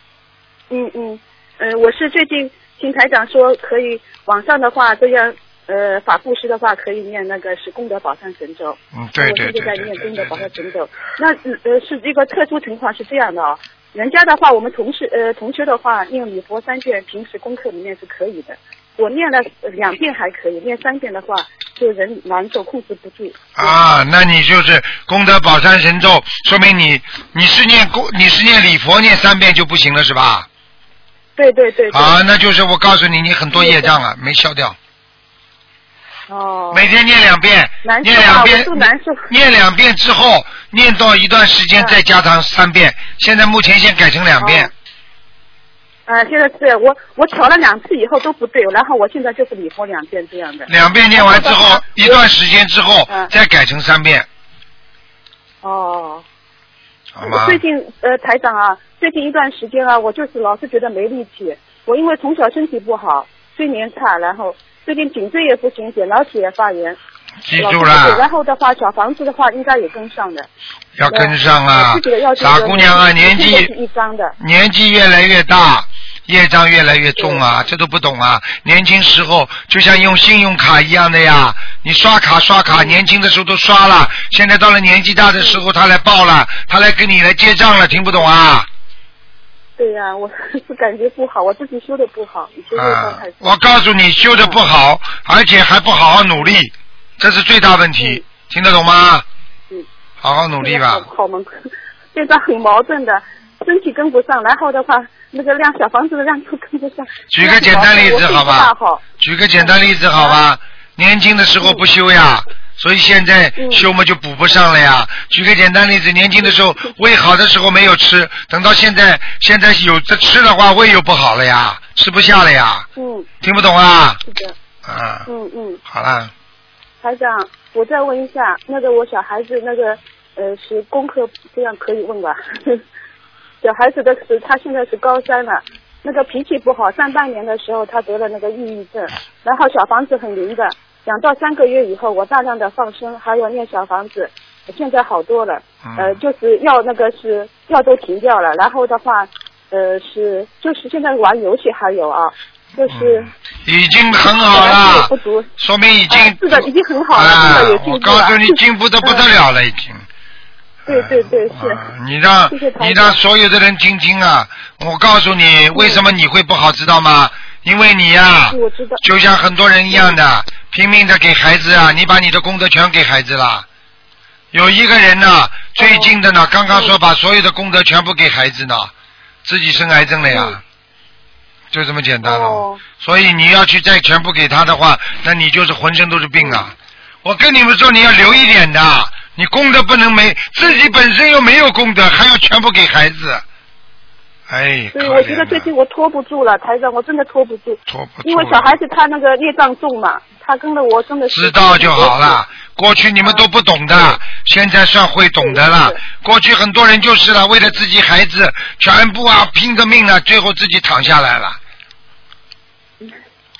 我是最近听台长说可以网上的话这样法布施的话可以念那个是功德宝山神咒。 对。 我现在在念功德宝山神咒。那是一个特殊情况是这样的哦，人家的话我们同修的话念礼佛3遍，平时功课里面是可以的。我念了2遍还可以，念3遍的话就人难受，控制不住。 那你就是功德宝山神咒，说明你是念礼佛念3遍就不行了是吧？ 对。 那就是我告诉你，你很多业障了没消掉。每天念2遍，念2遍，念2遍之后，念到一段时间再加上3遍。现在目前先改成2遍。 现在是我调了2次以后都不对，然后我现在就是礼佛2遍这样的。 2遍念完之后，一段时间之后再改成3遍。 好吗？ 最近台长啊，最近一段时间啊，我就是老是觉得没力气。我因为从小身体不好，睡眠差，然后最近颈椎也不行，扁桃体也发炎。 记住了。 然后的话，小房子的话应该也跟上的。 要跟上啊！傻姑娘啊，年纪越来越大，业障越来越重啊，这都不懂啊！年轻时候就像用信用卡一样的呀，你刷卡，年轻的时候都刷了，现在到了年纪大的时候，他来报了，他来跟你来结账了，听不懂啊？ 对呀，我是感觉不好，我自己修的不好，你修的太重。 我告诉你，修的不好，而且还不好好努力，这是最大问题，听得懂吗？好好努力吧。 好嘛，现在很矛盾的，身体跟不上，然后的话，那个小房子的量就跟不上。 举个简单例子好吧？举个简单例子好吧？年轻的时候不修呀，所以现在修嘛就补不上了呀。举个简单例子，年轻的时候胃好的时候没有吃，等到现在有的吃的话，胃又不好了呀，吃不下了呀。听不懂啊？ 是的。 好了。 台长，我再问一下，那个我小孩子那个是功课这样可以问吧？小孩子的他现在是高3了，那个脾气不好，上半年的时候他得了那个抑郁症，然后小房子很灵的，养到3个月以后，我大量的放生，还有念小房子，现在好多了。就是药都停掉了，然后的话就是现在玩游戏还有啊。就是已经很好了，说明已经是的，已经很好了， 我告诉你，进步的不得了了，已经。 对，是。 你让所有的人听听啊！我告诉你，为什么你会不好，知道吗？因为你呀，就像很多人一样的，拼命的给孩子啊，你把你的功德全给孩子了。有一个人呢，最近的呢，刚刚说把所有的功德全部给孩子呢，自己生癌症了呀。就这么简单了，所以你要去再全部给他的话，那你就是浑身都是病啊！我跟你们说，你要留一点的，你功德不能没，自己本身又没有功德，还要全部给孩子， 对，我觉得最近我拖不住了，台长，我真的拖不住，因为小孩子他那个业障重嘛，他跟着我真的是知道就好了。过去你们都不懂的，现在算会懂得了。过去很多人就是了，为了自己孩子，全部拼个命了，最后自己躺下来了。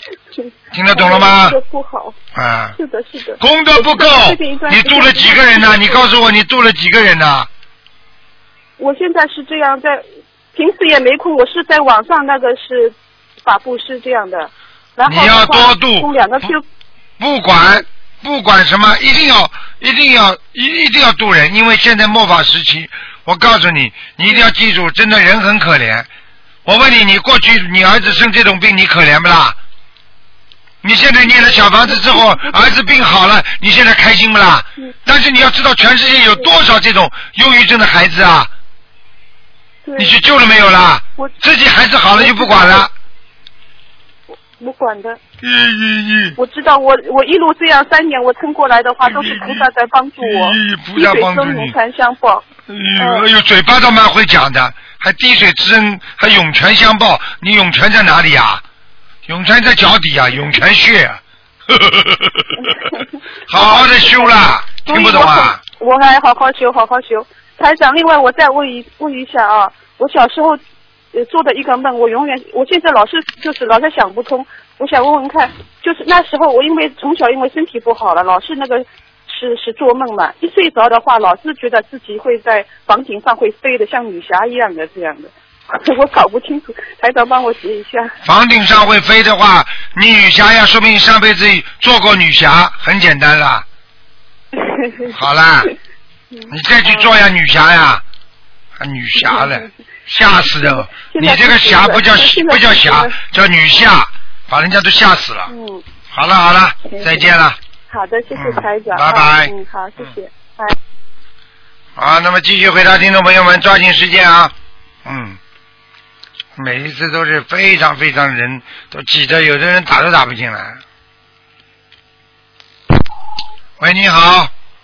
听得懂了吗？ 功德不好。 啊。 是的，是的。 功德不够，你度了几个人呢？你告诉我，你度了几个人呢？ 我现在是这样，平时也没空，我是在网上那个是法布是这样的。然后你要多度。不管什么，一定要度人，因为现在末法时期，我告诉你，你一定要记住，真的人很可怜。我问你，你过去你儿子生这种病，你可怜不啦？你现在念了小房子之后，儿子病好了，你现在开心不啦？但是你要知道，全世界有多少这种忧郁症的孩子啊？你去救了没有啦？自己孩子好了就不管了。 我管的。我知道，我一路这样3年，我撑过来的话，都是菩萨在帮助我。 菩萨帮助你。 永泉相报。 哎呦，嘴巴倒蛮会讲的，还滴水之恩，还涌泉相报。你涌泉在哪里啊？涌泉在脚底啊，涌泉穴啊。好好的修啦，听不懂啊？ 我还好好修，好好修。台长，另外我再问一下啊，我小时候做的一个梦，我现在老是想不通。我想问问看，就是那时候我从小因为身体不好了，老是那个是做梦嘛，一睡着的话，老是觉得自己会在房顶上会飞的，像女侠一样的这样的。我搞不清楚，台长帮我解一下。 房顶上会飞的话，你女侠呀，说明你上辈子做过女侠，很简单啦。好啦，你再去做呀，女侠呀，女侠了，吓死了！你这个侠不叫侠，叫女侠，把人家都吓死了。好了，再见了。 好的，谢谢台长。 拜拜。 好，谢谢。拜。 好，那么继续回答听众朋友们，抓紧时间啊。每一次都是非常非常人都挤着，有的人打都打不进来。喂，你好。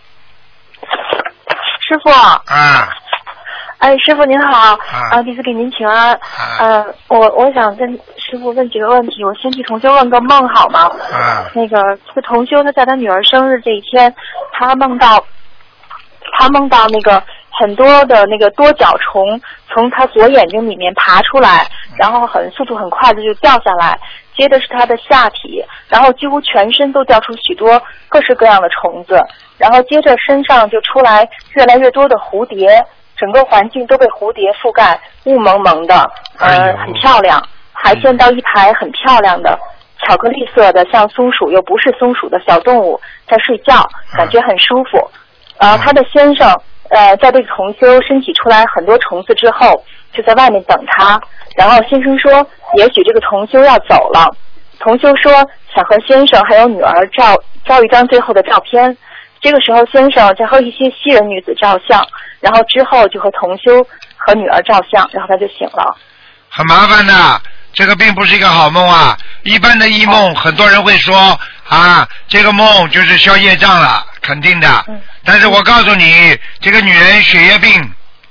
师傅。师傅您好。弟子给您请安。我想跟师傅问几个问题，我先替同修问个梦好吗？那个这个同修他在他女儿生日这一天，他梦到那个很多的那个多角虫从他左眼睛里面爬出来，然后速度很快的就掉下来，接的是他的下体，然后几乎全身都掉出许多各式各样的虫子，然后接着身上就出来越来越多的蝴蝶，整个环境都被蝴蝶覆盖，雾蒙蒙的，很漂亮。还见到一排很漂亮的巧克力色的像松鼠又不是松鼠的小动物在睡觉，感觉很舒服。他的先生在这个同修身体出来很多虫子之后，就在外面等他，然后先生说也许这个同修要走了，同修说想和先生还有女儿照一张最后的照片。这个时候先生在和一些西人女子照相，然后之后就和同修和女儿照相，然后他就醒了。 很麻烦的，这个并不是一个好梦啊。一般的异梦很多人会说这个梦就是消业障了，肯定的。但是我告诉你，这个女人血液病。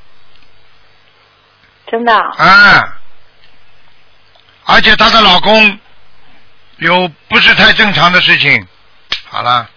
真的？ 而且她的老公有不是太正常的事情。好了。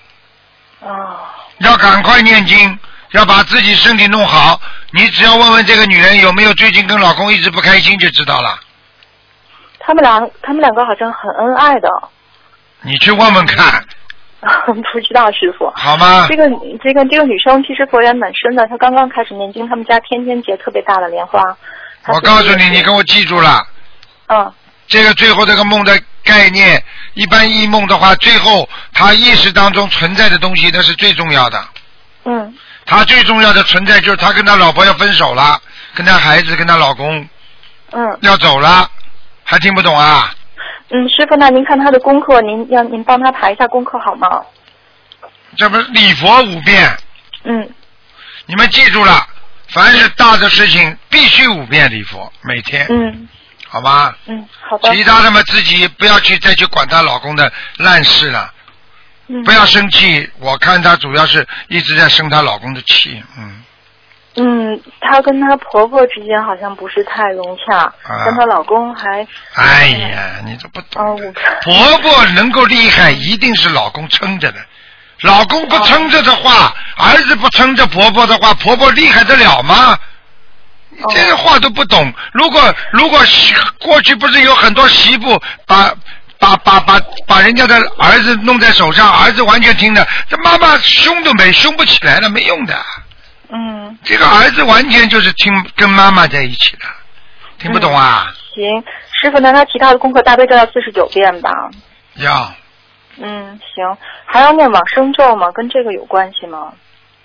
要赶快念经，要把自己身体弄好。你只要问问这个女人有没有最近跟老公一直不开心就知道了。 他们两个好像很恩爱的。 你去问问看。 不知道师傅。 好吗？ 这个女生其实佛缘蛮深的，她刚刚开始念经，他们家天天结特别大的莲花。 我告诉你，你给我记住了。这个最后这个梦的概念，一般异梦的话，最后他意识当中存在的东西，那是最重要的。他最重要的存在就是他跟他老婆要分手了，跟他孩子跟他老公要走了，还听不懂啊？ 师傅，那您看他的功课，您帮他排一下功课好吗？ 这不是礼佛5遍。你们记住了，凡是大的事情必须5遍礼佛，每天。好吗？ 好的。 其他的嘛，自己不要再去管她老公的烂事了。不要生气，我看她主要是一直在生她老公的气。 她跟她婆婆之间好像不是太融洽，跟她老公还。 哎呀，你都不懂。婆婆能够厉害，一定是老公撑着的。老公不撑着的话，儿子不撑着婆婆的话，婆婆厉害得了吗？这个话都不懂。如果过去不是有很多媳妇把把人家的儿子弄在手上，儿子完全听的，这妈妈凶都凶不起来了，没用的。这个儿子完全就是跟妈妈在一起的，听不懂啊？ 行，师傅，那他其他的功课大悲咒要49遍吧？ 要。 行，还要念往生咒吗？跟这个有关系吗？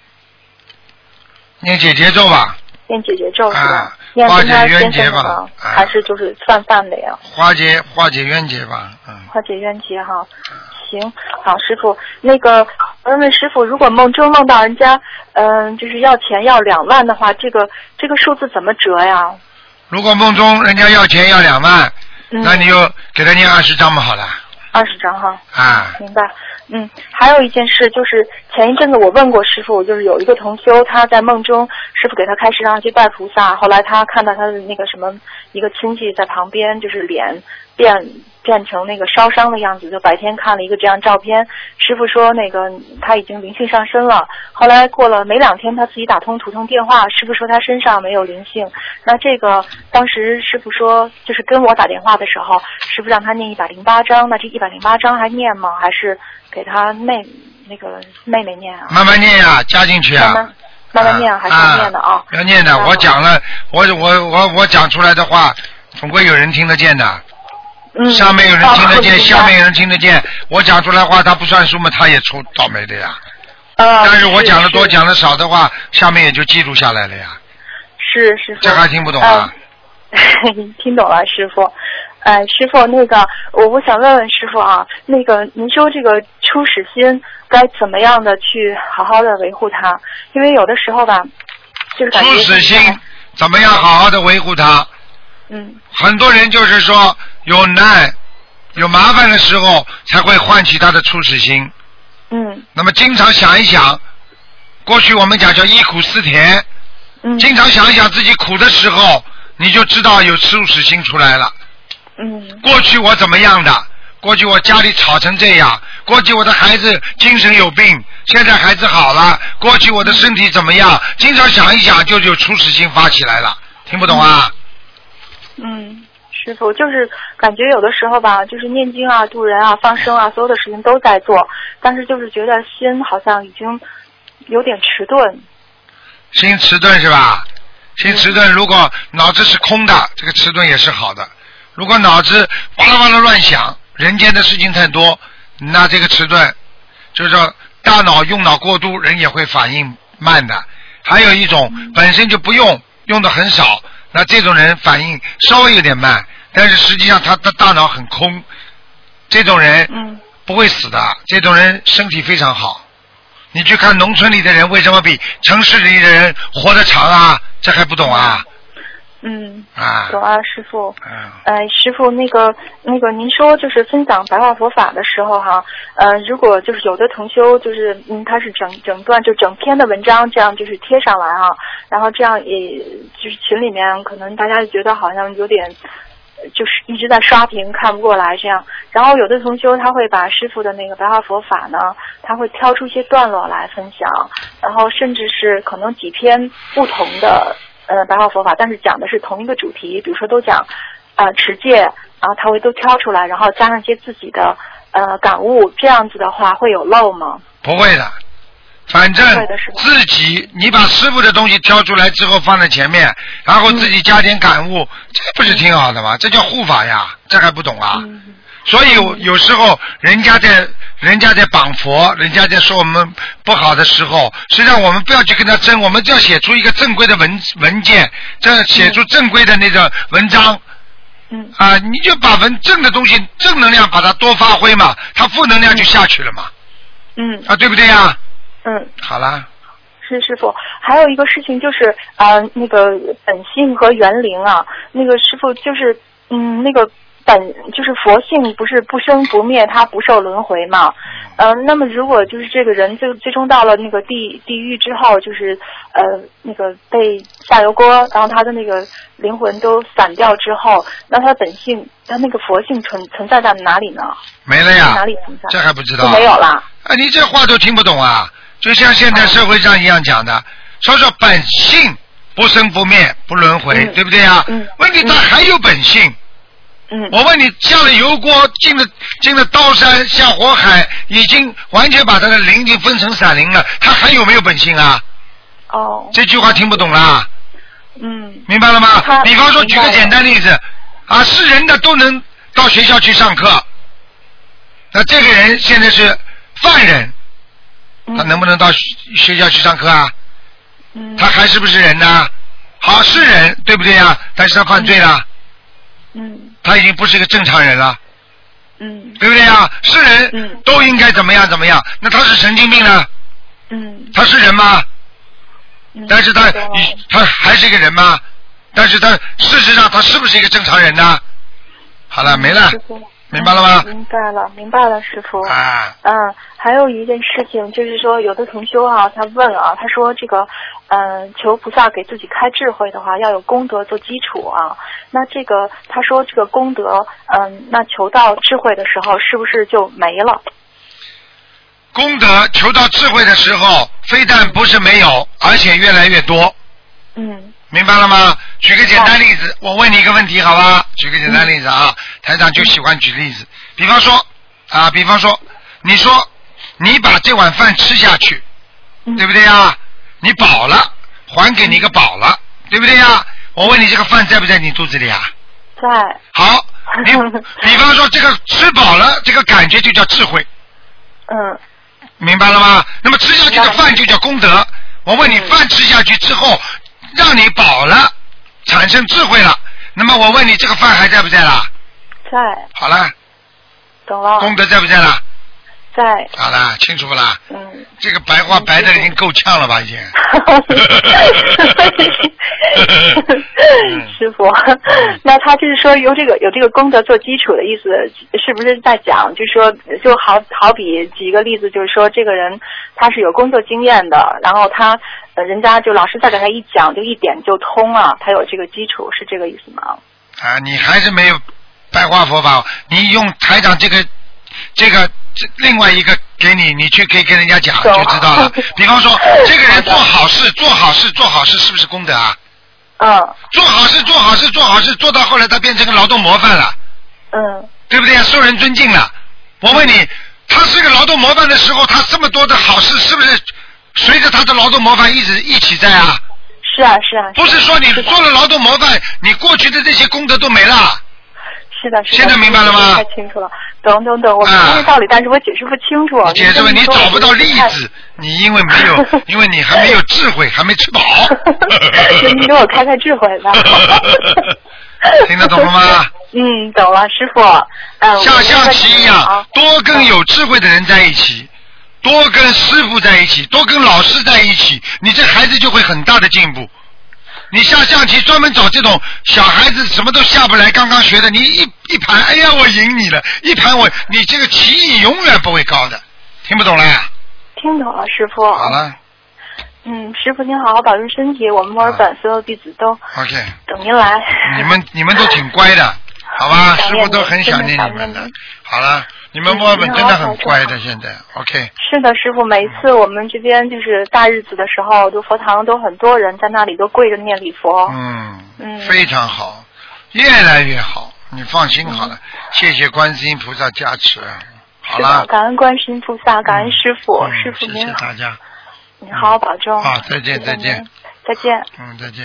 念解结咒吧。 念解结咒是吧？ 化解冤结吧。 还是就是泛泛的呀？ 化解冤结吧。 化解冤结哈。行，好，师傅，那个问问师傅，如果梦中梦到人家就是要钱要2万的话，这个数字怎么折呀？ 如果梦中人家要钱要2万，那你就给他念20张嘛，好了。 20张哈。明白。还有一件事，就是前一阵子我问过师傅，就是有一个同修，他在梦中师傅给他开示让他去拜菩萨，后来他看到他的那个什么一个亲戚在旁边，就是脸变成那个烧伤的样子，就白天看了一个这样照片，师傅说那个他已经灵性上身了，后来过了没2天他自己打通图腾电话，师傅说他身上没有灵性，那这个当时师傅说就是跟我打电话的时候，师傅让他念108章，那这108章还念吗？还是给他妹妹念啊？ 慢慢念呀，加进去啊。 慢慢念还是要念的啊？ 要念的，我讲了，我讲出来的话，总归有人听得见的。上面有人听得见，下面有人听得见。我讲出来话，他不算数嘛，他也出倒霉的呀。但是我讲的多，讲的少的话，下面也就记录下来了呀。 是师傅。 这还听不懂啊？ 听懂了，师傅。师傅，那个我想问问师傅啊，那个您说这个初始心该怎么样的去好好的维护它？因为有的时候吧，就是感觉初始心怎么样好好的维护它？很多人就是说有难有麻烦的时候才会唤起他的初始心。那么经常想一想，过去我们讲叫忆苦思甜，经常想一想自己苦的时候，你就知道有初始心出来了。过去我怎么样的？过去我家里吵成这样，过去我的孩子精神有病，现在孩子好了，过去我的身体怎么样？经常想一想就有初始心发起来了，听不懂啊？ 师傅，就是感觉有的时候吧，就是念经啊、度人啊、放生啊，所有的事情都在做，但是就是觉得心好像已经有点迟钝。 心迟钝是吧？心迟钝，如果脑子是空的，这个迟钝也是好的。如果脑子哇啦哇啦乱想，人间的事情太多，那这个迟钝就是说大脑用脑过度，人也会反应慢的。还有一种本身就不用的很少，那这种人反应稍微有点慢，但是实际上他的大脑很空，这种人不会死的，这种人身体非常好。你去看农村里的人为什么比城市里的人活得长啊？这还不懂啊？ 懂啊，师傅。师傅，那个，您说就是分享白话佛法的时候哈，如果就是有的同修就是他是整段就整篇的文章这样就是贴上来啊，然后这样也就是群里面可能大家就觉得好像有点就是一直在刷屏看不过来这样，然后有的同修他会把师傅的那个白话佛法呢，他会挑出一些段落来分享，然后甚至是可能几篇不同的白话佛法，但是讲的是同一个主题，比如说都讲持戒，然后他会都挑出来，然后加上一些自己的感悟，这样子的话会有漏吗？ 不会的，反正自己你把师父的东西挑出来之后放在前面，然后自己加点感悟，这不是挺好的吗？这叫护法呀，这还不懂啊？所以有时候人家在绑佛，人家在说我们不好的时候，实际上我们不要去跟他争，我们就要写出一个正规的文件，这写出正规的那个文章。你就把正的东西正能量把它多发挥嘛，它负能量就下去了嘛。对不对呀？好了。 是师傅，还有一个事情就是那个本性和园灵啊，那个师傅就是那个就是佛性不是不生不灭，它不受轮回嘛。那么如果就是这个人最终到了那个地狱之后，就是那个被下油锅，然后他的那个灵魂都散掉之后，那他本性，他那个佛性存在在哪里呢？ 没了呀， 哪里存在？ 这还不知道？ 就没有了。 你这话都听不懂啊！就像现在社会上一样讲的，说本性不生不灭不轮回，对不对啊？问题他还有本性。 我问你，下了油锅，进了刀山，下火海，已经完全把他的灵已经分成散灵了，他还有没有本性啊？这句话听不懂啦。明白了吗？比方说，举个简单例子，是人的都能到学校去上课，那这个人现在是犯人，他能不能到学校去上课啊？他还是不是人呢？好，是人，对不对呀？但是他犯罪了。他已经不是一个正常人了。对不对呀？是人，都应该怎么样怎么样。那他是神经病呢？他是人吗？但是他还是一个人吗？但是他事实上他是不是一个正常人呢？好了，没了。明白了吗？ 明白了，师傅。还有一件事情就是说，有的同修他问他说这个求菩萨给自己开智慧的话，要有功德做基础那这个他说这个功德那求到智慧的时候是不是就没了？ 功德求到智慧的时候，非但不是没有，而且越来越多。明白了吗？举个简单例子，我问你一个问题，好吧？举个简单例子台长就喜欢举例子。比方说，你说你把这碗饭吃下去，对不对呀？你饱了，还给你一个饱了，对不对呀？我问你，这个饭在不在你肚子里啊？ 在。 好，比方说这个吃饱了，这个感觉就叫智慧。明白了吗？那么吃下去的饭就叫功德。我问你，饭吃下去之后让你饱了，产生智慧了，那么我问你，这个饭还在不在啦？ 在。 好了。 懂了。 功德在不在啦？ 在。 好了，清楚不啦？这个白话白的已经够呛了吧，已经。 师傅，那他就是说有这个功德做基础的意思，是不是在讲，就是说就好比举一个例子，就是说这个人他是有工作经验的，然后他人家就老师再给他一讲，就一点就通他有这个基础，是这个意思吗？ 你还是没有白话佛法，你用台长这个另外一个给你去可以跟人家讲就知道了。比方说，这个人做好事，是不是功德啊？做好事，做到后来他变成个劳动模范了。对不对？受人尊敬了。我问你，他是个劳动模范的时候，他这么多的好事，是不是随着他的劳动模范一起在啊？ 是啊。 不是说你做了劳动模范，你过去的这些功德都没了。 是的。 现在明白了吗？ 太清楚了。懂，我明白道理，但是我解释不清楚。 解释吧，你找不到例子，你因为你还没有智慧，还没吃饱。 你给我开智慧吧。 听得懂了吗？ 懂了，师傅。 像象棋一样，多跟有智慧的人在一起，多跟师傅在一起，多跟老师在一起，你这孩子就会很大的进步。你下象棋专门找这种小孩子什么都下不来，刚刚学的，你一盘，哎呀，我赢你了，一盘你这个棋艺永远不会高的。听不懂了呀？ 听懂了，师傅。 好了。 师傅您好好保重身体，我们墨尔本所有弟子都 OK 等您来。 你们都挺乖的，好吧？师傅都很想念你们的。好了，你们墨尔本真的很乖的，现在 OK。 是的，师傅，每一次我们这边就是大日子的时候，就佛堂都很多人在那里都跪着念礼佛。 非常好，越来越好，你放心好了。谢谢观世音菩萨加持。好了， 感恩观世音菩萨，感恩师傅，师傅您谢谢大家。 你好好保重。 再见。 再见。 再见。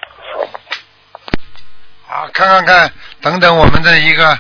好，看，等等我们的一个，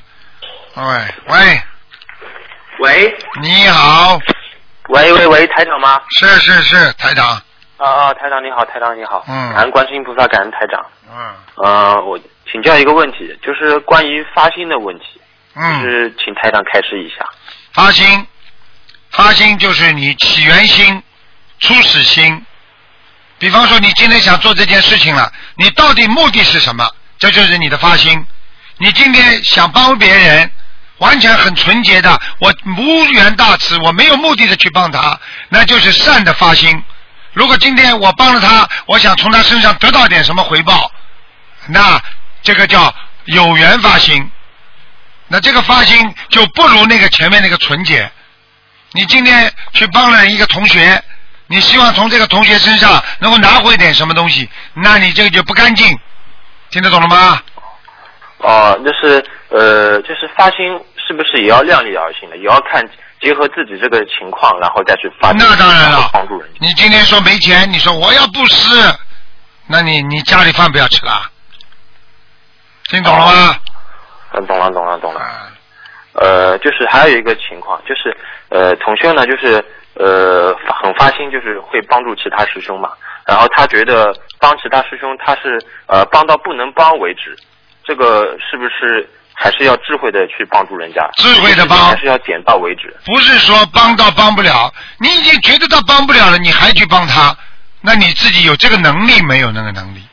喂，你好。 喂，台长吗？ 是台长。 台长你好，感恩观世音菩萨，感恩台长。我请教一个问题，就是关于发心的问题，就是请台长开示一下。 发心就是你起源心、初始心。比方说，你今天想做这件事情了，你到底目的是什么？这就是你的发心。你今天想帮别人，完全很纯洁的，我无缘大慈，我没有目的的去帮他，那就是善的发心。如果今天我帮了他，我想从他身上得到点什么回报，那这个叫有缘发心。那这个发心就不如那个前面那个纯洁。你今天去帮了一个同学，你希望从这个同学身上能够拿回点什么东西，那你这个就不干净。听得懂了吗？ 就是就是发心是不是也要量力而行的，也要看结合自己这个情况，然后再去发心。 那当然了， 帮助人。 你今天说没钱，你说我要布施，那你家里饭不要吃了，听懂了吗？ 懂了。就是还有一个情况，就是同修呢，就是很发心，就是会帮助其他师兄嘛。然后他觉得帮其他师兄，他是帮到不能帮为止，这个是不是还是要智慧的去帮助人家？ 智慧的帮， 还是要点到为止？ 不是说帮到帮不了，你已经觉得他帮不了了，你还去帮他，那你自己有这个能力没有那个能力？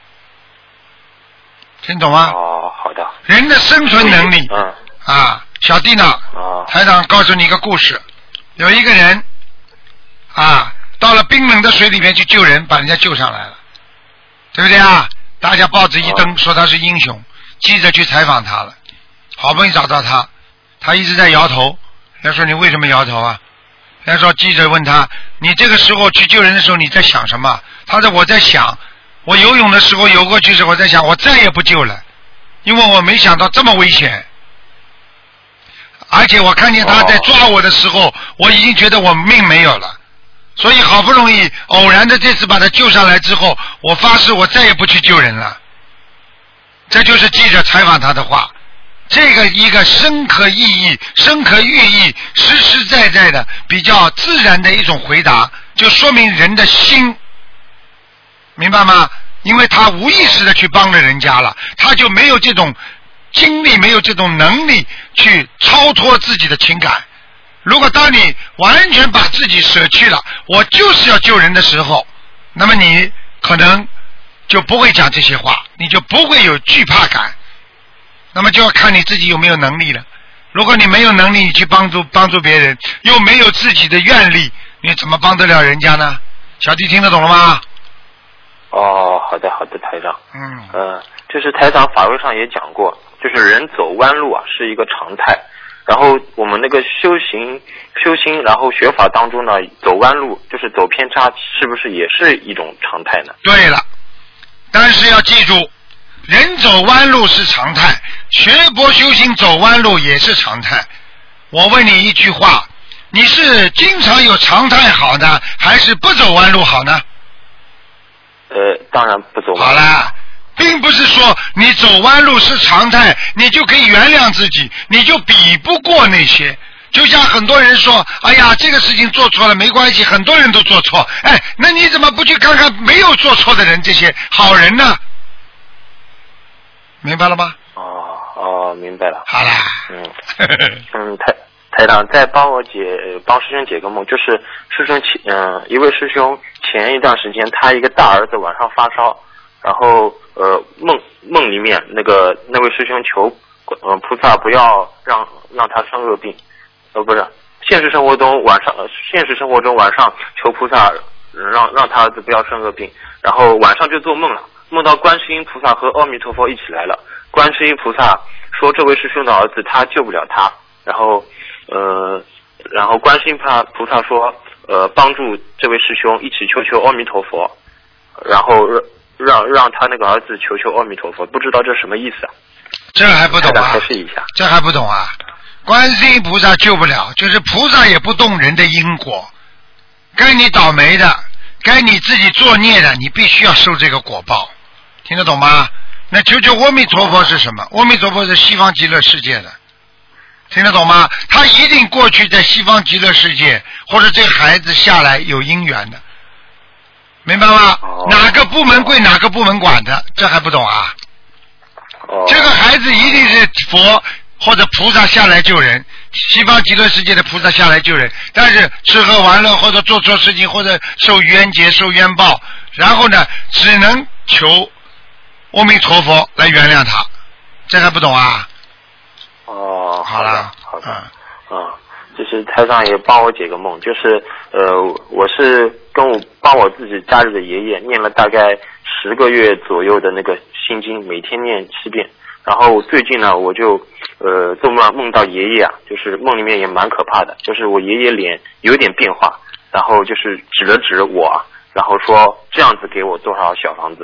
听懂吗？ 好的。 人的生存能力，小弟呢，台长告诉你一个故事，有一个人到了冰冷的水里面去救人，把人家救上来了，对不对啊？大家报纸一登说他是英雄，记者去采访他了，好不容易找到他，他一直在摇头。人家说你为什么摇头啊？人家说记者问他，你这个时候去救人的时候你在想什么？他说我在想，我游泳的时候游过去时我在想，我再也不救了，因为我没想到这么危险，而且我看见他在抓我的时候，我已经觉得我命没有了，所以好不容易偶然的这次把他救上来之后，我发誓我再也不去救人了。这就是记者采访他的话，这个一个深刻意义、深刻寓意、实实在在的比较自然的一种回答，就说明人的心，明白吗？因为他无意识的去帮了人家了，他就没有这种精力，没有这种能力去超脱自己的情感。如果当你完全把自己舍去了，我就是要救人的时候，那么你可能就不会讲这些话，你就不会有惧怕感，那么就要看你自己有没有能力了。如果你没有能力，你去帮助别人，又没有自己的愿力，你怎么帮得了人家呢？小弟听得懂了吗？ 好的，台长。就是台长法会上也讲过，就是人走弯路是一个常态。然后我们那个修心，然后学法当中呢，走弯路就是走偏差，是不是也是一种常态呢？ 对了，但是要记住，人走弯路是常态，学佛修行走弯路也是常态。我问你一句话，你是经常有常态好呢，还是不走弯路好呢？ 当然不走弯路。 好了，并不是说你走弯路是常态，你就可以原谅自己，你就比不过那些。就像很多人说，哎呀，这个事情做错了没关系，很多人都做错。那你怎么不去看看没有做错的人，这些好人呢？明白了吗？ 明白了。 好啦。 台长再帮师兄解个梦，就是师兄一位师兄前一段时间他一个大儿子晚上发烧，然后梦里面那位师兄求菩萨不要让他生恶病，不是现实生活中晚上求菩萨让他儿子不要生恶病，然后晚上就做梦了，梦到观世音菩萨和阿弥陀佛一起来了，观世音菩萨说这位师兄的儿子他救不了他，然后观世音菩萨说帮助这位师兄一起求阿弥陀佛，然后让他那个儿子求阿弥陀佛，不知道这什么意思啊？ 这还不懂啊？ 解释一下。 这还不懂啊？观世音菩萨救不了，就是菩萨也不动人的因果，该你倒霉的，该你自己作孽的，你必须要受这个果报，听得懂吗？那求阿弥陀佛是什么？阿弥陀佛是西方极乐世界的，听得懂吗？他一定过去在西方极乐世界，或者这个孩子下来有因缘的，明白吗？哪个部门归哪个部门管的，这还不懂啊？这个孩子一定是佛或者菩萨下来救人，西方极乐世界的菩萨下来救人，但是吃喝玩乐或者做错事情或者受冤结受冤报，然后呢只能求阿弥陀佛来原谅他，这还不懂啊？好了， 就是台长也帮我解个梦，就是我是帮我自己家里的爷爷念了大概10个月左右的那个心经，每天念7遍。然后最近呢，我就做梦到爷爷就是梦里面也蛮可怕的，就是我爷爷脸有点变化，然后就是指了指我，然后说这样子给我多少小房子，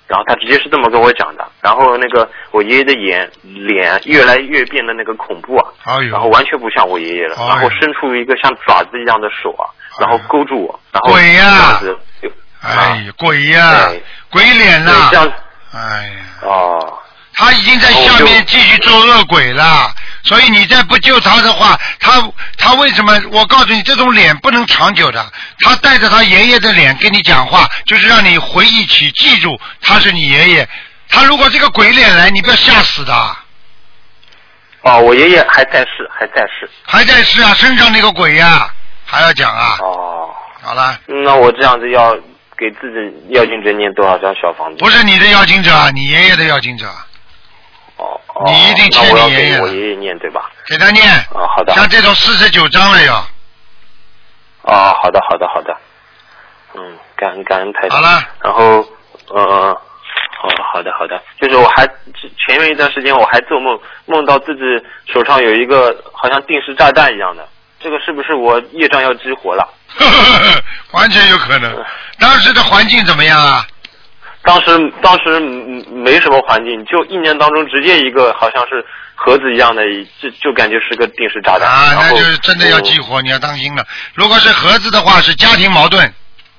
然后他直接是这么跟我讲的。然后那个我爷爷的脸越来越变得那个恐怖啊，然后完全不像我爷爷了，然后伸出一个像爪子一样的手啊，然后勾住我，然后鬼呀！ 哎， 鬼呀！鬼脸了！ 这样， 哎呀！ 哦。 他已经在下面继续做恶鬼了，所以你再不救他的话，他为什么？我告诉你，这种脸不能长久的。他带着他爷爷的脸跟你讲话，就是让你回忆起、记住他是你爷爷。他如果这个鬼脸来，你不要吓死的。 哦，我爷爷还在世啊，身上那个鬼呀，还要讲啊。 哦， 好了。 那我这样子要给自己要经者念多少张小房子？ 不是你的要经者，你爷爷的要经者。 哦， 你一定欠你爷爷。 我爷爷念对吧？ 给他念。 啊，好的。 像这种49章了要。 啊，好的。感恩台长。好了。然后，好的。就是我还前面一段时间我还做梦到自己手上有一个好像定时炸弹一样的，这个是不是我业障要激活了？ 完全有可能。当时的环境怎么样啊？ 当时没什么环境，就一年当中直接一个好像是盒子一样的，就感觉是个定时炸弹啊，那就是真的要激活，你要当心了。如果是盒子的话，是家庭矛盾。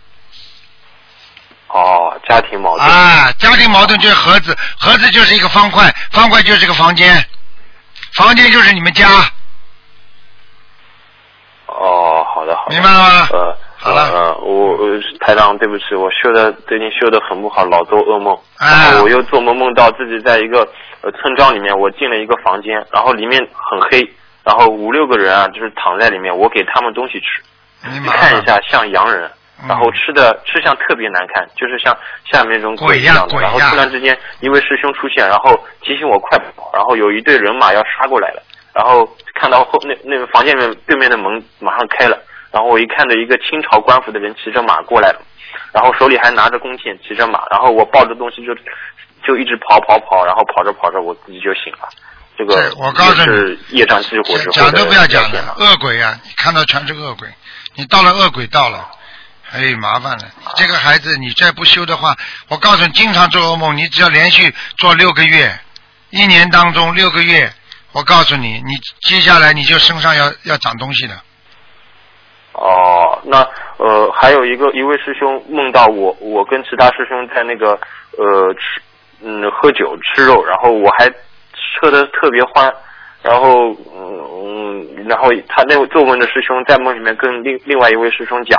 哦，家庭矛盾啊，家庭矛盾就是盒子，盒子就是一个方块，方块就是个房间，房间就是你们家。 哦，好的， 明白了吗？ 好了，我台长，对不起，我最近修得很不好，老做噩梦。然后我又做梦到自己在一个村庄里面，我进了一个房间，然后里面很黑，然后5、6个人啊，就是躺在里面，我给他们东西吃，你看一下像洋人，然后吃相特别难看，就是像下面那种鬼一样的。然后突然之间一位师兄出现，然后提醒我快跑，然后有一队人马要杀过来了，然后看到那个房间里面对面的门马上开了。然后我一看着一个清朝官府的人骑着马过来了，然后手里还拿着弓箭，骑着马，然后我抱着东西就一直跑，然后跑着我自己就醒了。这个我告诉你是业障激活之后讲都不要讲了，恶鬼啊，你看到全是恶鬼，你到了恶鬼道了，哎，麻烦了。这个孩子你再不修的话，我告诉你，经常做噩梦，你只要连续做6个月，1年当中6个月，我告诉你，你接下来你就身上要长东西的。 哦，那还有一位师兄梦到我跟其他师兄在那个喝酒吃肉，然后我还喝得特别欢，然后他那位做梦的师兄在梦里面跟另外一位师兄讲，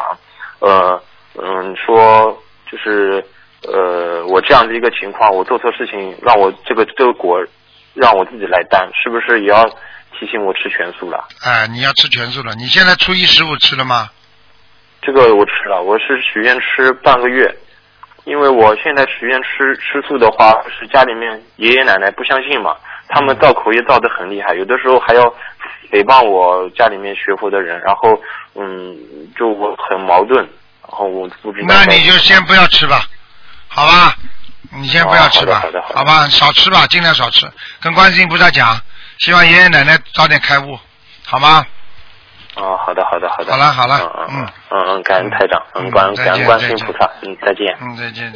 说就是我这样的一个情况，我做错事情，让我这个果让我自己来担，是不是也要提醒我吃全素了？ 哎，你要吃全素了。你现在初一15吃了吗？ 这个我吃了，我是许愿吃半个月，因为我现在许愿吃素的话，是家里面爷爷奶奶不相信嘛，他们造口业造得很厉害，有的时候还要诽谤我家里面学佛的人，然后就我很矛盾，然后我不知道。 那你就先不要吃吧，好吧？你先不要吃吧，好吧？少吃吧，尽量少吃。跟观世音菩萨讲，希望爷爷奶奶早点开悟，好吗？ 好的。 好了， 感恩台长，感恩观世音菩萨，再见。 再见。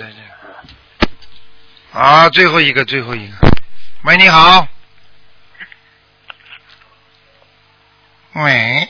好，最后一个。喂，你好。喂，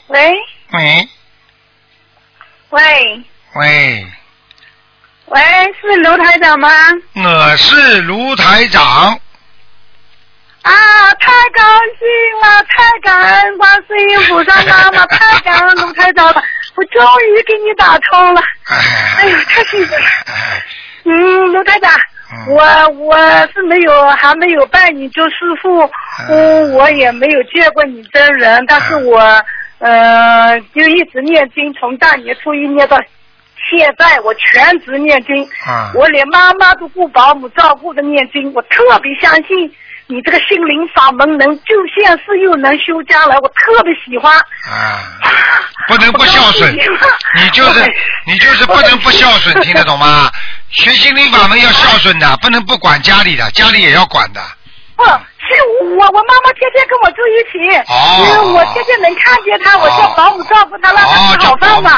是卢台长吗？ 我是卢台长。 啊，太高兴了，太感恩观世音菩萨妈妈，太感恩卢台长了，我终于给你打通了。哎呀，太幸福了。卢台长，我是还没有拜你做师父，我也没有见过你真人，但是我就一直念经，从大年初一念到现在，我全职念经，我连妈妈都顾保姆照顾的念经，我特别相信你这个心灵法门能救现世又能修将来，我特别喜欢。 不能不孝顺，你就是不能不孝顺，听得懂吗？学心灵法门要孝顺的，不能不管家里的，家里也要管的。 是我妈妈天天跟我住一起，我天天能看见她，我叫保姆照顾她，让她吃好饭嘛。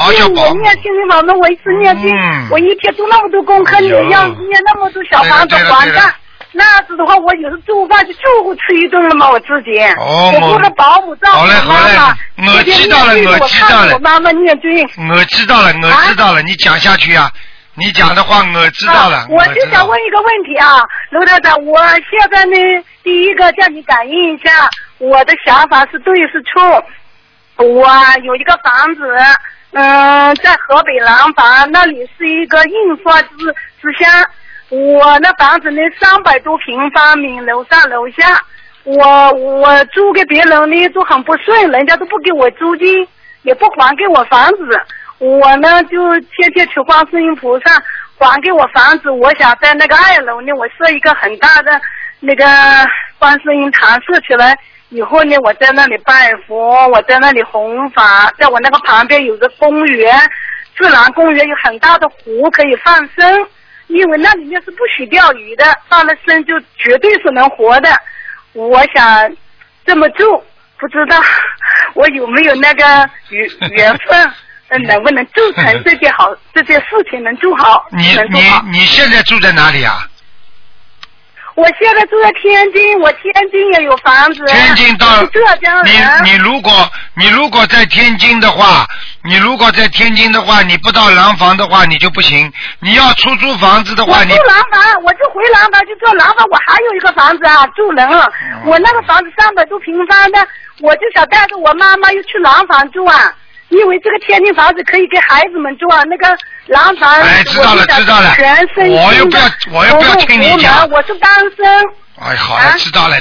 好叫保姆。 念心灵法门，我一直念经，我一天做那么多功课，你要念那么多小房子还账。那样子的话，我有时做饭就吃一顿了嘛，我自己。我雇了保姆照顾妈妈。 我知道了，我知道了。 我妈妈念经。 我知道了，我知道了，你讲下去啊。你讲的话我知道了。 我就想问一个问题啊，卢台长，我现在呢，第一个叫你感应一下我的想法是对是错。我有一个房子，在河北廊坊，那里是一个印刷之乡。我那房子呢300多平方米，楼上楼下，我租给别人呢都很不顺，人家都不给我租金，也不还给我房子。我呢就天天求观世音菩萨还给我房子。我想在那个2楼呢，我设一个很大的那个观世音堂，设起来以后呢，我在那里拜佛，我在那里弘法。在我那个旁边有个公园，自然公园，有很大的湖可以放生，因为那里面是不许钓鱼的，放了生就绝对是能活的。我想这么做，不知道我有没有那个缘分。能不能做成这件事情能做好？ 你现在住在哪里啊？ 我现在住在天津，我天津也有房子。 天津到浙江人。 你如果在天津的话，你不到廊坊的话，你就不行。你要出租房子的话， 我住廊坊，我就回廊坊去做廊坊。我还有一个房子啊，住人。我那个房子300多平方的，我就想带着我妈妈又去廊坊住啊。因为这个天津房子可以给孩子们住啊，那个廊坊。 哎，知道了。我又不要听你讲。 我是单身。 哎，好了，知道了。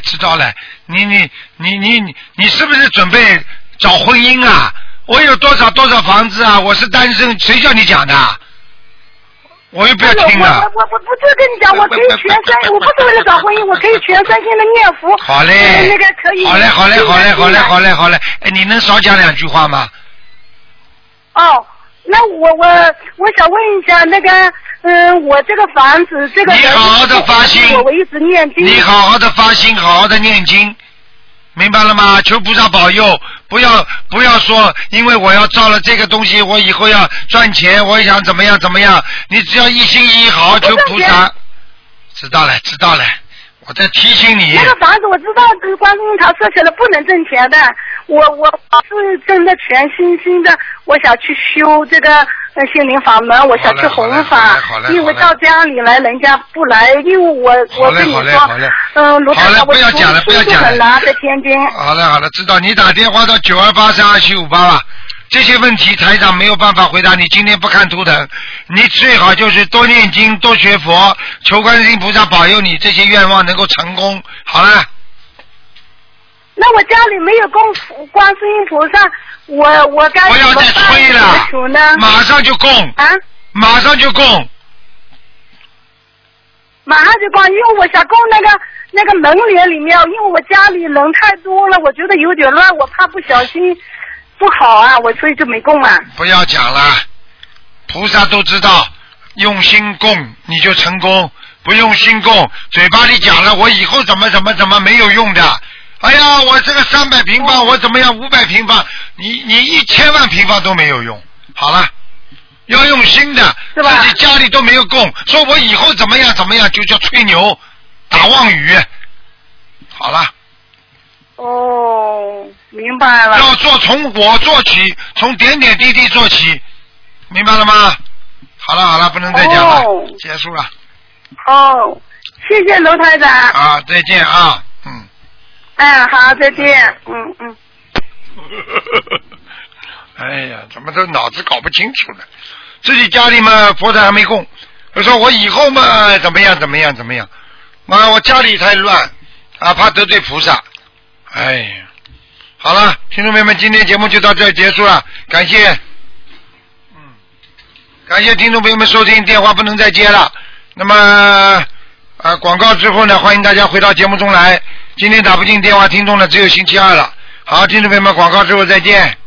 你是不是准备找婚姻啊？我有多少房子啊？我是单身，谁叫你讲的？我又不要听了。 我不是跟你讲，我可以全身，我不是为了找婚姻，我可以全身心的念佛。 好嘞。 那个可以。 好嘞。哎，你能少讲2句话吗？ 哦，那我想问一下，那个我这个房子这个你好好的发心， 我一直念经。 你好好的发心，好好的念经，明白了吗？求菩萨保佑，不要说，因为我要造了这个东西，我以后要赚钱，我想怎么样，你只要一心一意好好求菩萨。知道了。我在提醒你。 那个房子我知道，这个观世音堂设起来不能挣钱的。我是真的全心的，我想去修这个心灵法门，我想去弘法。因为到家里来，人家不来，因为我跟你说，卢台长， 不要讲了， 在天津。 好了，知道。你打电话到92832758吧。这些问题台长没有办法回答你，今天不看图腾，你最好就是多念经，多学佛，求观世音菩萨保佑你这些愿望能够成功。好了。 那我家里没有供观世音菩萨，我该怎么办？ 不要再催了，马上就供啊！马上就供， 因为我想供那个门帘里面，因为我家里人太多了，我觉得有点乱，我怕不小心不好啊，所以就没供啊。 不要讲了，菩萨都知道，用心供你就成功，不用心供，嘴巴里讲了我以后怎么没有用的。哎呀，我这个300平方，我怎么样500平方，你1000万平方都没有用。好了，要用心的，自己家里都没有供，说我以后怎么样就叫吹牛打妄语。好了。 哦，明白了。 要从我做起，从点点滴滴做起，明白了吗？好了，不能再讲了，结束了。 哦，谢谢卢台长。 啊，再见啊。 好，再见。 哎呀，怎么都脑子搞不清楚了？自己家里嘛，佛台还没供，我说我以后嘛，怎么样？妈，我家里太乱啊，怕得罪菩萨。哎呀，好了，听众朋友们，今天节目就到这结束了，感谢听众朋友们收听，电话不能再接了。那么广告之后呢，欢迎大家回到节目中来。今天打不进电话听众呢，只有星期二了。好，听众朋友们，广告之后再见。